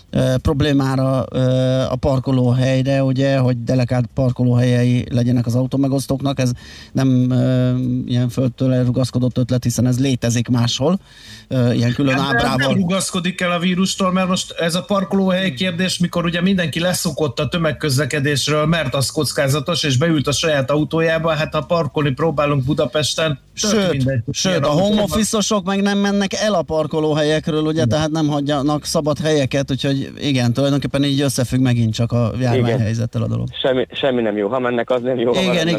problémára a parkolóhelyre, ugye, hogy delegált parkolóhelyei legyenek az autómegosztóknak. Ez nem ilyen földtől elrugaszkodott ötlet, hiszen ez létezik máshol, ilyen külön ábrával.
Nem rugaszkodik el a vírustól, mert most ez a parkolóhely kérdés, mikor ugye mindenki leszokott a tömegközlekedésről, mert az kockázatos, és beült a saját autójába, hát ha parkolni próbálunk Budapesten,
sőt, a home office-osok meg nem mennek el a parkolóhelyekről, ugye, tehát nem hagyjanak szabad helyeket, úgyhogy igen, tulajdonképpen így összefügg megint csak a járványhelyzettel a dolog.
Semmi nem jó, ha mennek, az nem jó.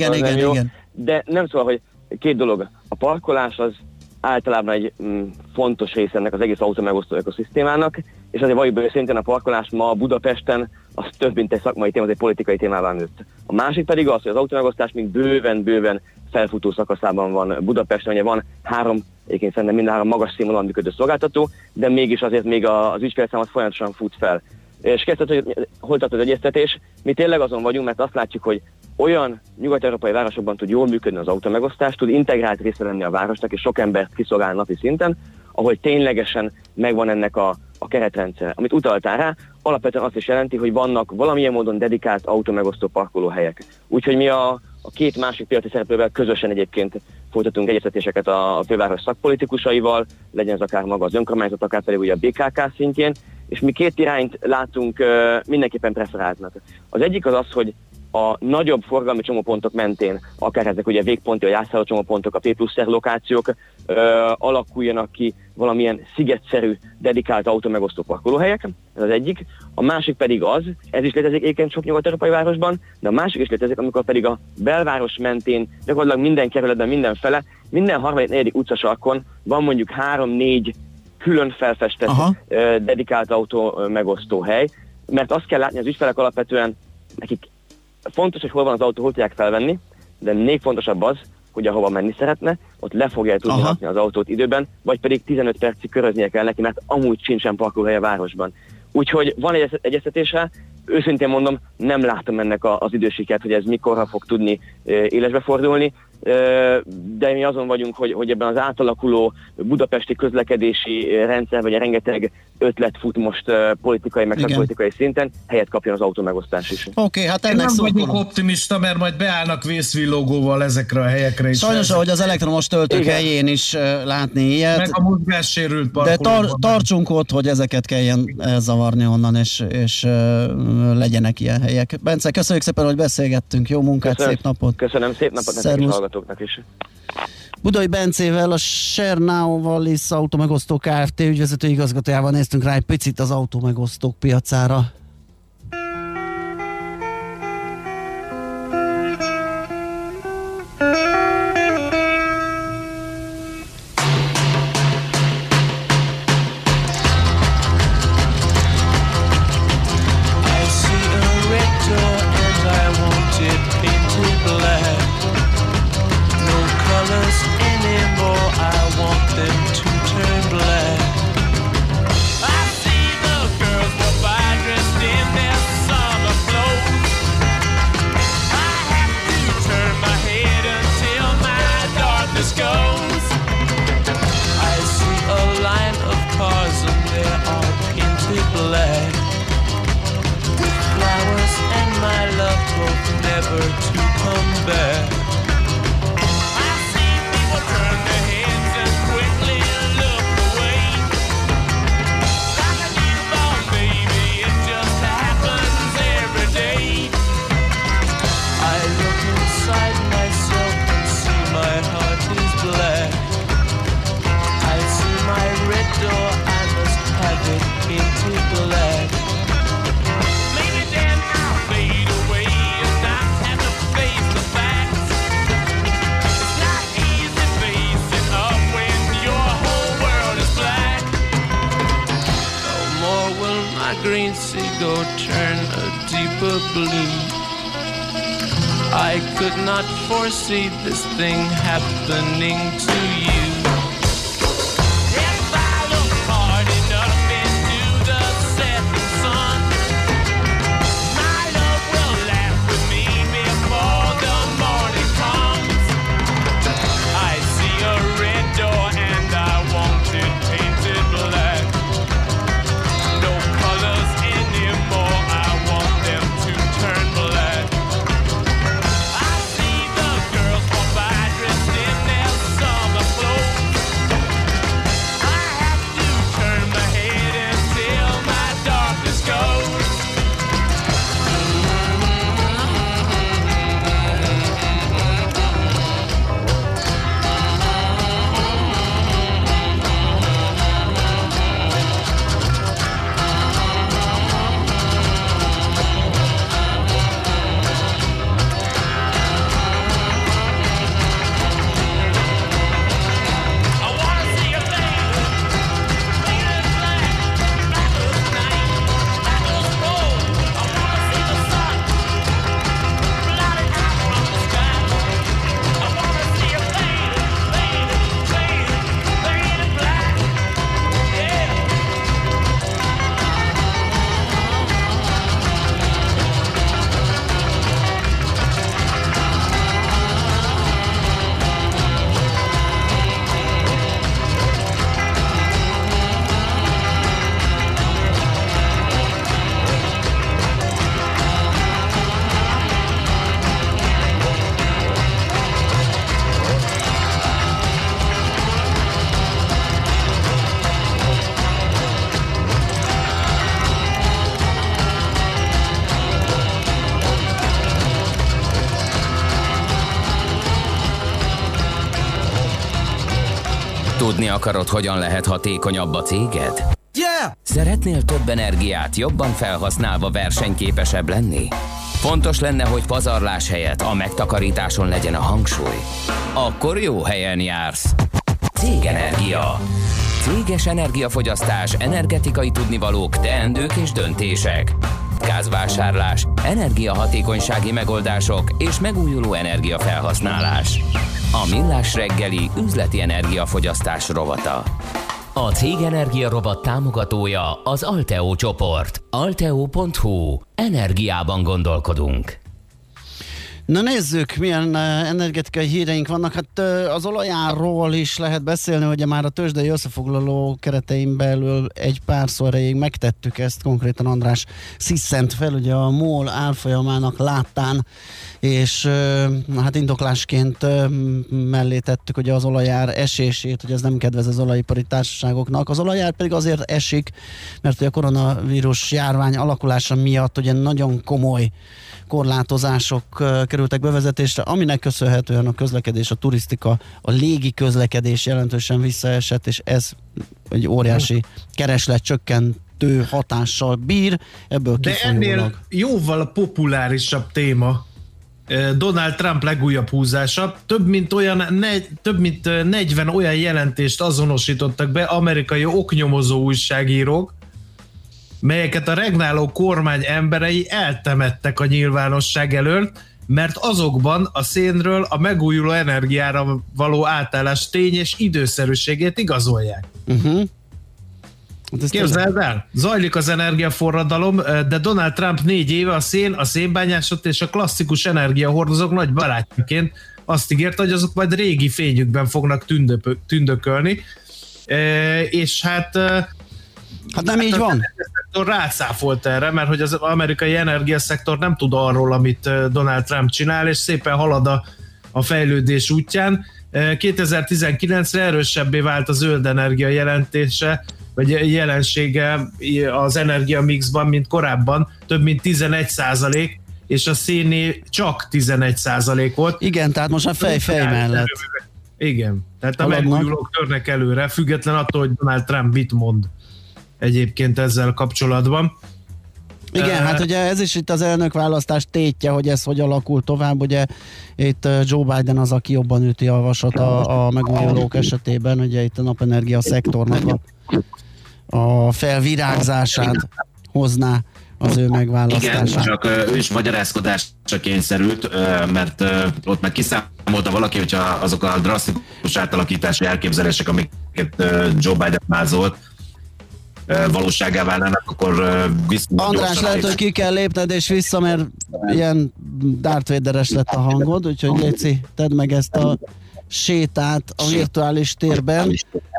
Igen. De nem szóval, hogy két dolog. A parkolás az általában egy fontos része ennek az egész autómegosztó ökoszisztémának, és azért valljuk be szintén a parkolás ma Budapesten az több, mint egy szakmai téma, az egy politikai témává nőtt. A másik pedig az, hogy az autómegosztás még bőven felfutó szakaszában van Budapesten, ugye van egyébként szerintem mind a három magas színvonalon működő szolgáltató, de mégis azért még az ügyfélszám az folyamatosan fut fel. És kezdett, hogy hol tart az egyeztetés? Mi tényleg azon vagyunk, mert azt látjuk, hogy olyan nyugat-európai városokban tud jól működni az autómegosztás, tud integrált része lenni a városnak, és sok embert kiszolgál napi szinten, ahol ténylegesen megvan ennek a keretrendszer. Amit utaltál rá, alapvetően azt is jelenti, hogy vannak valamilyen módon dedikált autómegosztó parkolóhelyek. Úgyhogy mi a két másik piaci szereplővel közösen egyébként folytatunk egyeztetéseket a főváros szakpolitikusaival, legyen ez akár maga az önkormányzat, akár pedig ugye a BKK szintjén, és mi két irányt látunk mindenképpen preferáltnak. Az egyik az az, hogy a nagyobb forgalmi csomópontok mentén, akár ezek ugye végponti vagy átszálló csomópontok, a P+R lokációk alakuljanak ki valamilyen szigetszerű, dedikált autómegosztó parkolóhelyek, ez az egyik. A másik pedig az, ez is létezik egyébként sok nyugat-európai városban, de a másik is létezik, amikor pedig a belváros mentén, gyakorlatilag minden kerületben, mindenfele, minden harmadik-negyedik utcasarkon van mondjuk 3-4 külön felfestett dedikált autó megosztó hely, mert azt kell látni, az ügyfelek alapvetően nekik fontos, hogy hol van az autó, hol tudják felvenni, de még fontosabb az, hogy ahova menni szeretne, ott le fogja tudni rakni az autót időben, vagy pedig 15 percig köröznie kell neki, mert amúgy sincsen parkolóhely a városban. Úgyhogy van egy egyeztetése, őszintén mondom, nem látom ennek az idősikert, hogy ez mikorra fog tudni élesbe fordulni, de mi azon vagyunk, hogy ebben az átalakuló budapesti közlekedési rendszer, vagy a rengeteg ötlet fut most politikai, meg szakpolitikai szinten, helyet kapjon az autómegosztás is.
Oké, hát
ennek nem vagyok optimista, mert majd beállnak vészvillogóval ezekre a helyekre is.
Sajnos, ahogy az elektromos töltők helyén is látni ilyet.
Meg a mozgássérült parkolóban.
De tartsunk ott, hogy ezeket kelljen elzavarni onnan, és legyenek ilyen helyek. Bence, köszönjük szépen, hogy beszélgettünk. Jó munkát, szép napot.
Köszönöm, szép napot nektek is, hallgatóknak is.
Budai Bencével, a Share Now Wallis Automegosztó Kft. Ügyvezető igazgatójával néztünk rá egy picit az autómegosztók piacára.
I could not foresee this thing happening to you. If I look hard enough into
Tudni akarod, hogyan lehet hatékonyabb a céged?
Yeah!
Szeretnél több energiát jobban felhasználva versenyképesebb lenni? Fontos lenne, hogy pazarlás helyett a megtakarításon legyen a hangsúly. Akkor jó helyen jársz. Cégenergia. Céges energiafogyasztás, energetikai tudnivalók, teendők és döntések. Gázvásárlás, energiahatékonysági megoldások és megújuló energiafelhasználás. A Millás reggeli üzleti energiafogyasztás rovata. A Cégenergia rovat támogatója az Alteo csoport. Alteo.hu. Energiában gondolkodunk.
Na nézzük, milyen energetikai híreink vannak. Hát az olajárról is lehet beszélni, hogy már a tőzsdei összefoglaló keretein belül egy párszor erejéig megtettük ezt, konkrétan András sziszent fel, ugye a MOL árfolyamának láttán, és hát indoklásként mellé tettük ugye az olajár esését, hogy ez nem kedvez az olajipari társaságoknak. Az olajár pedig azért esik, mert ugye a koronavírus járvány alakulása miatt ugye nagyon komoly korlátozások kerültek bevezetésre, aminek köszönhetően a közlekedés, a turisztika, a légi közlekedés jelentősen visszaesett, és ez egy óriási keresletcsökkentő hatással bír, ebből kifolyólag.
De ennél jóval populárisabb téma Donald Trump legújabb húzása. Több mint 40 olyan jelentést azonosítottak be amerikai oknyomozó újságírók, melyeket a regnáló kormány emberei eltemettek a nyilvánosság elől, mert azokban a szénről a megújuló energiára való átállás tény és időszerűségét igazolják. Képzeld el, zajlik az energiaforradalom, de Donald Trump 4 éve a szén, a szénbányászat és a klasszikus energiahordozók nagy barátjaként azt ígérte, hogy azok majd régi fényükben fognak tündökölni, és hát
nem így van.
Rácáfolt erre, mert hogy az amerikai energiaszektor nem tud arról, amit Donald Trump csinál, és szépen halad a fejlődés útján. 2019-re erősebbé vált a zöld energia jelentése, vagy jelensége az energiamixban, mint korábban, több mint 11%, és a széné csak 11% volt.
Igen, tehát most a fej mellett.
Igen, tehát a megújulók törnek előre, független attól, hogy Donald Trump mit mond egyébként ezzel kapcsolatban.
Igen, hát ugye ez is itt az elnökválasztás tétje, hogy ez hogy alakul tovább, ugye itt Joe Biden az, aki jobban üti a vasat a megújulók esetében, ugye itt a napenergia szektornak a felvirágzását hozná az ő megválasztását.
Igen, csak ő is magyarázkodásra kényszerült, mert ott meg kiszámolta valaki, hogyha azok a drasztikus átalakítási elképzelések, amiket Joe Biden mázolt, valóságá válnának, akkor
András, lehet, hogy ki kell lépned és vissza, mert ilyen Darth Vader-es lett a hangod, úgyhogy Léci, tedd meg ezt a sétát a virtuális térben.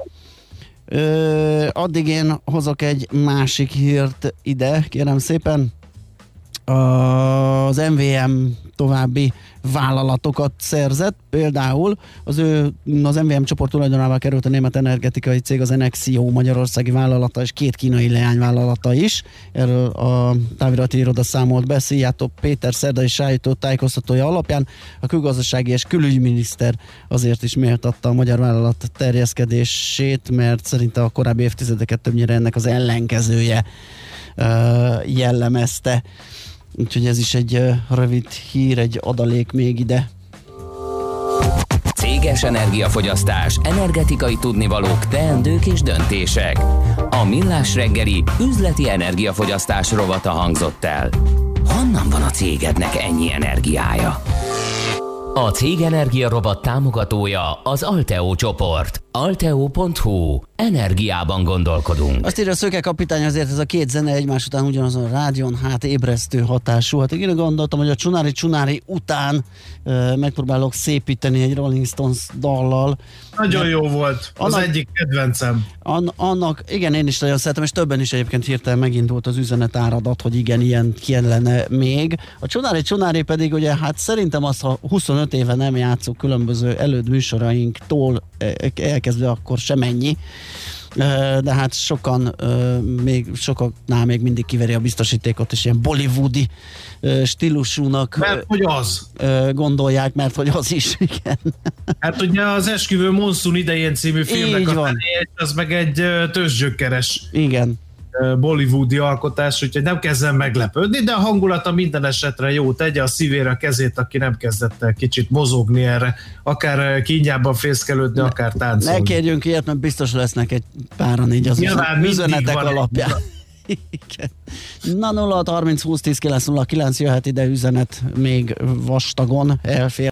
Addig én hozok egy másik hírt ide, kérem szépen. Az MVM további vállalatokat szerzett, például az MVM csoport tulajdonává került a német energetikai cég, az Ennexio magyarországi vállalata és 2 kínai leányvállalata is. Erről a távirati iroda számolt be, Szijjártó Péter szerdai sajtótájékoztatója alapján. A külgazdasági és külügyminiszter azért is méltatta a magyar vállalat terjeszkedését, mert szerinte a korábbi évtizedeket többnyire ennek az ellenkezője jellemezte. Úgyhogy ez is egy rövid hír, egy adalék még ide.
Céges energiafogyasztás, energetikai tudnivalók, teendők és döntések. A Millás reggeli üzleti energiafogyasztás rovata hangzott el. Honnan van a cégednek ennyi energiája? A Cégenergia rovat támogatója az Alteo csoport. Alteo.hu. Energiában gondolkodunk.
Azt írja a Szöke kapitány, azért ez a 2 zene egymás után ugyanazon a rádión, hát ébresztő hatású. Hát én gondoltam, hogy a Csunári után megpróbálok szépíteni egy Rolling Stones dallal.
Nagyon jó volt, az egyik kedvencem.
Annak, igen, én is nagyon szeretem, és többen is egyébként hirtelen megindult az üzenetáradat, hogy igen, ilyen kellene még. A Csunári pedig ugye, hát szerintem az, ha 25 éve nem játszunk különböző előd műsorainktól elkezdve, akkor sem ennyi. De hát sokaknál még mindig kiveri a biztosítékot, és ilyen bollywoodi stílusúnak
mert hogy az
gondolják, mert hogy az is, igen.
Hát ugye az Esküvő Monszun idején című filmnek a az meg egy tőzsgyökeres
igen.
bollywoodi alkotás, úgyhogy nem kezdem meglepődni, de a hangulata minden esetre jó, tegye a szívére a kezét, aki nem kezdett el kicsit mozogni erre, akár kínjában fészkelődni, akár táncolni.
Ne kérjünk ilyet, mert biztos lesznek egy páran így az üzenetek alapján. Igen. Na 0 30 20 10 9 09 jöhet ide üzenet még vastagon, elfér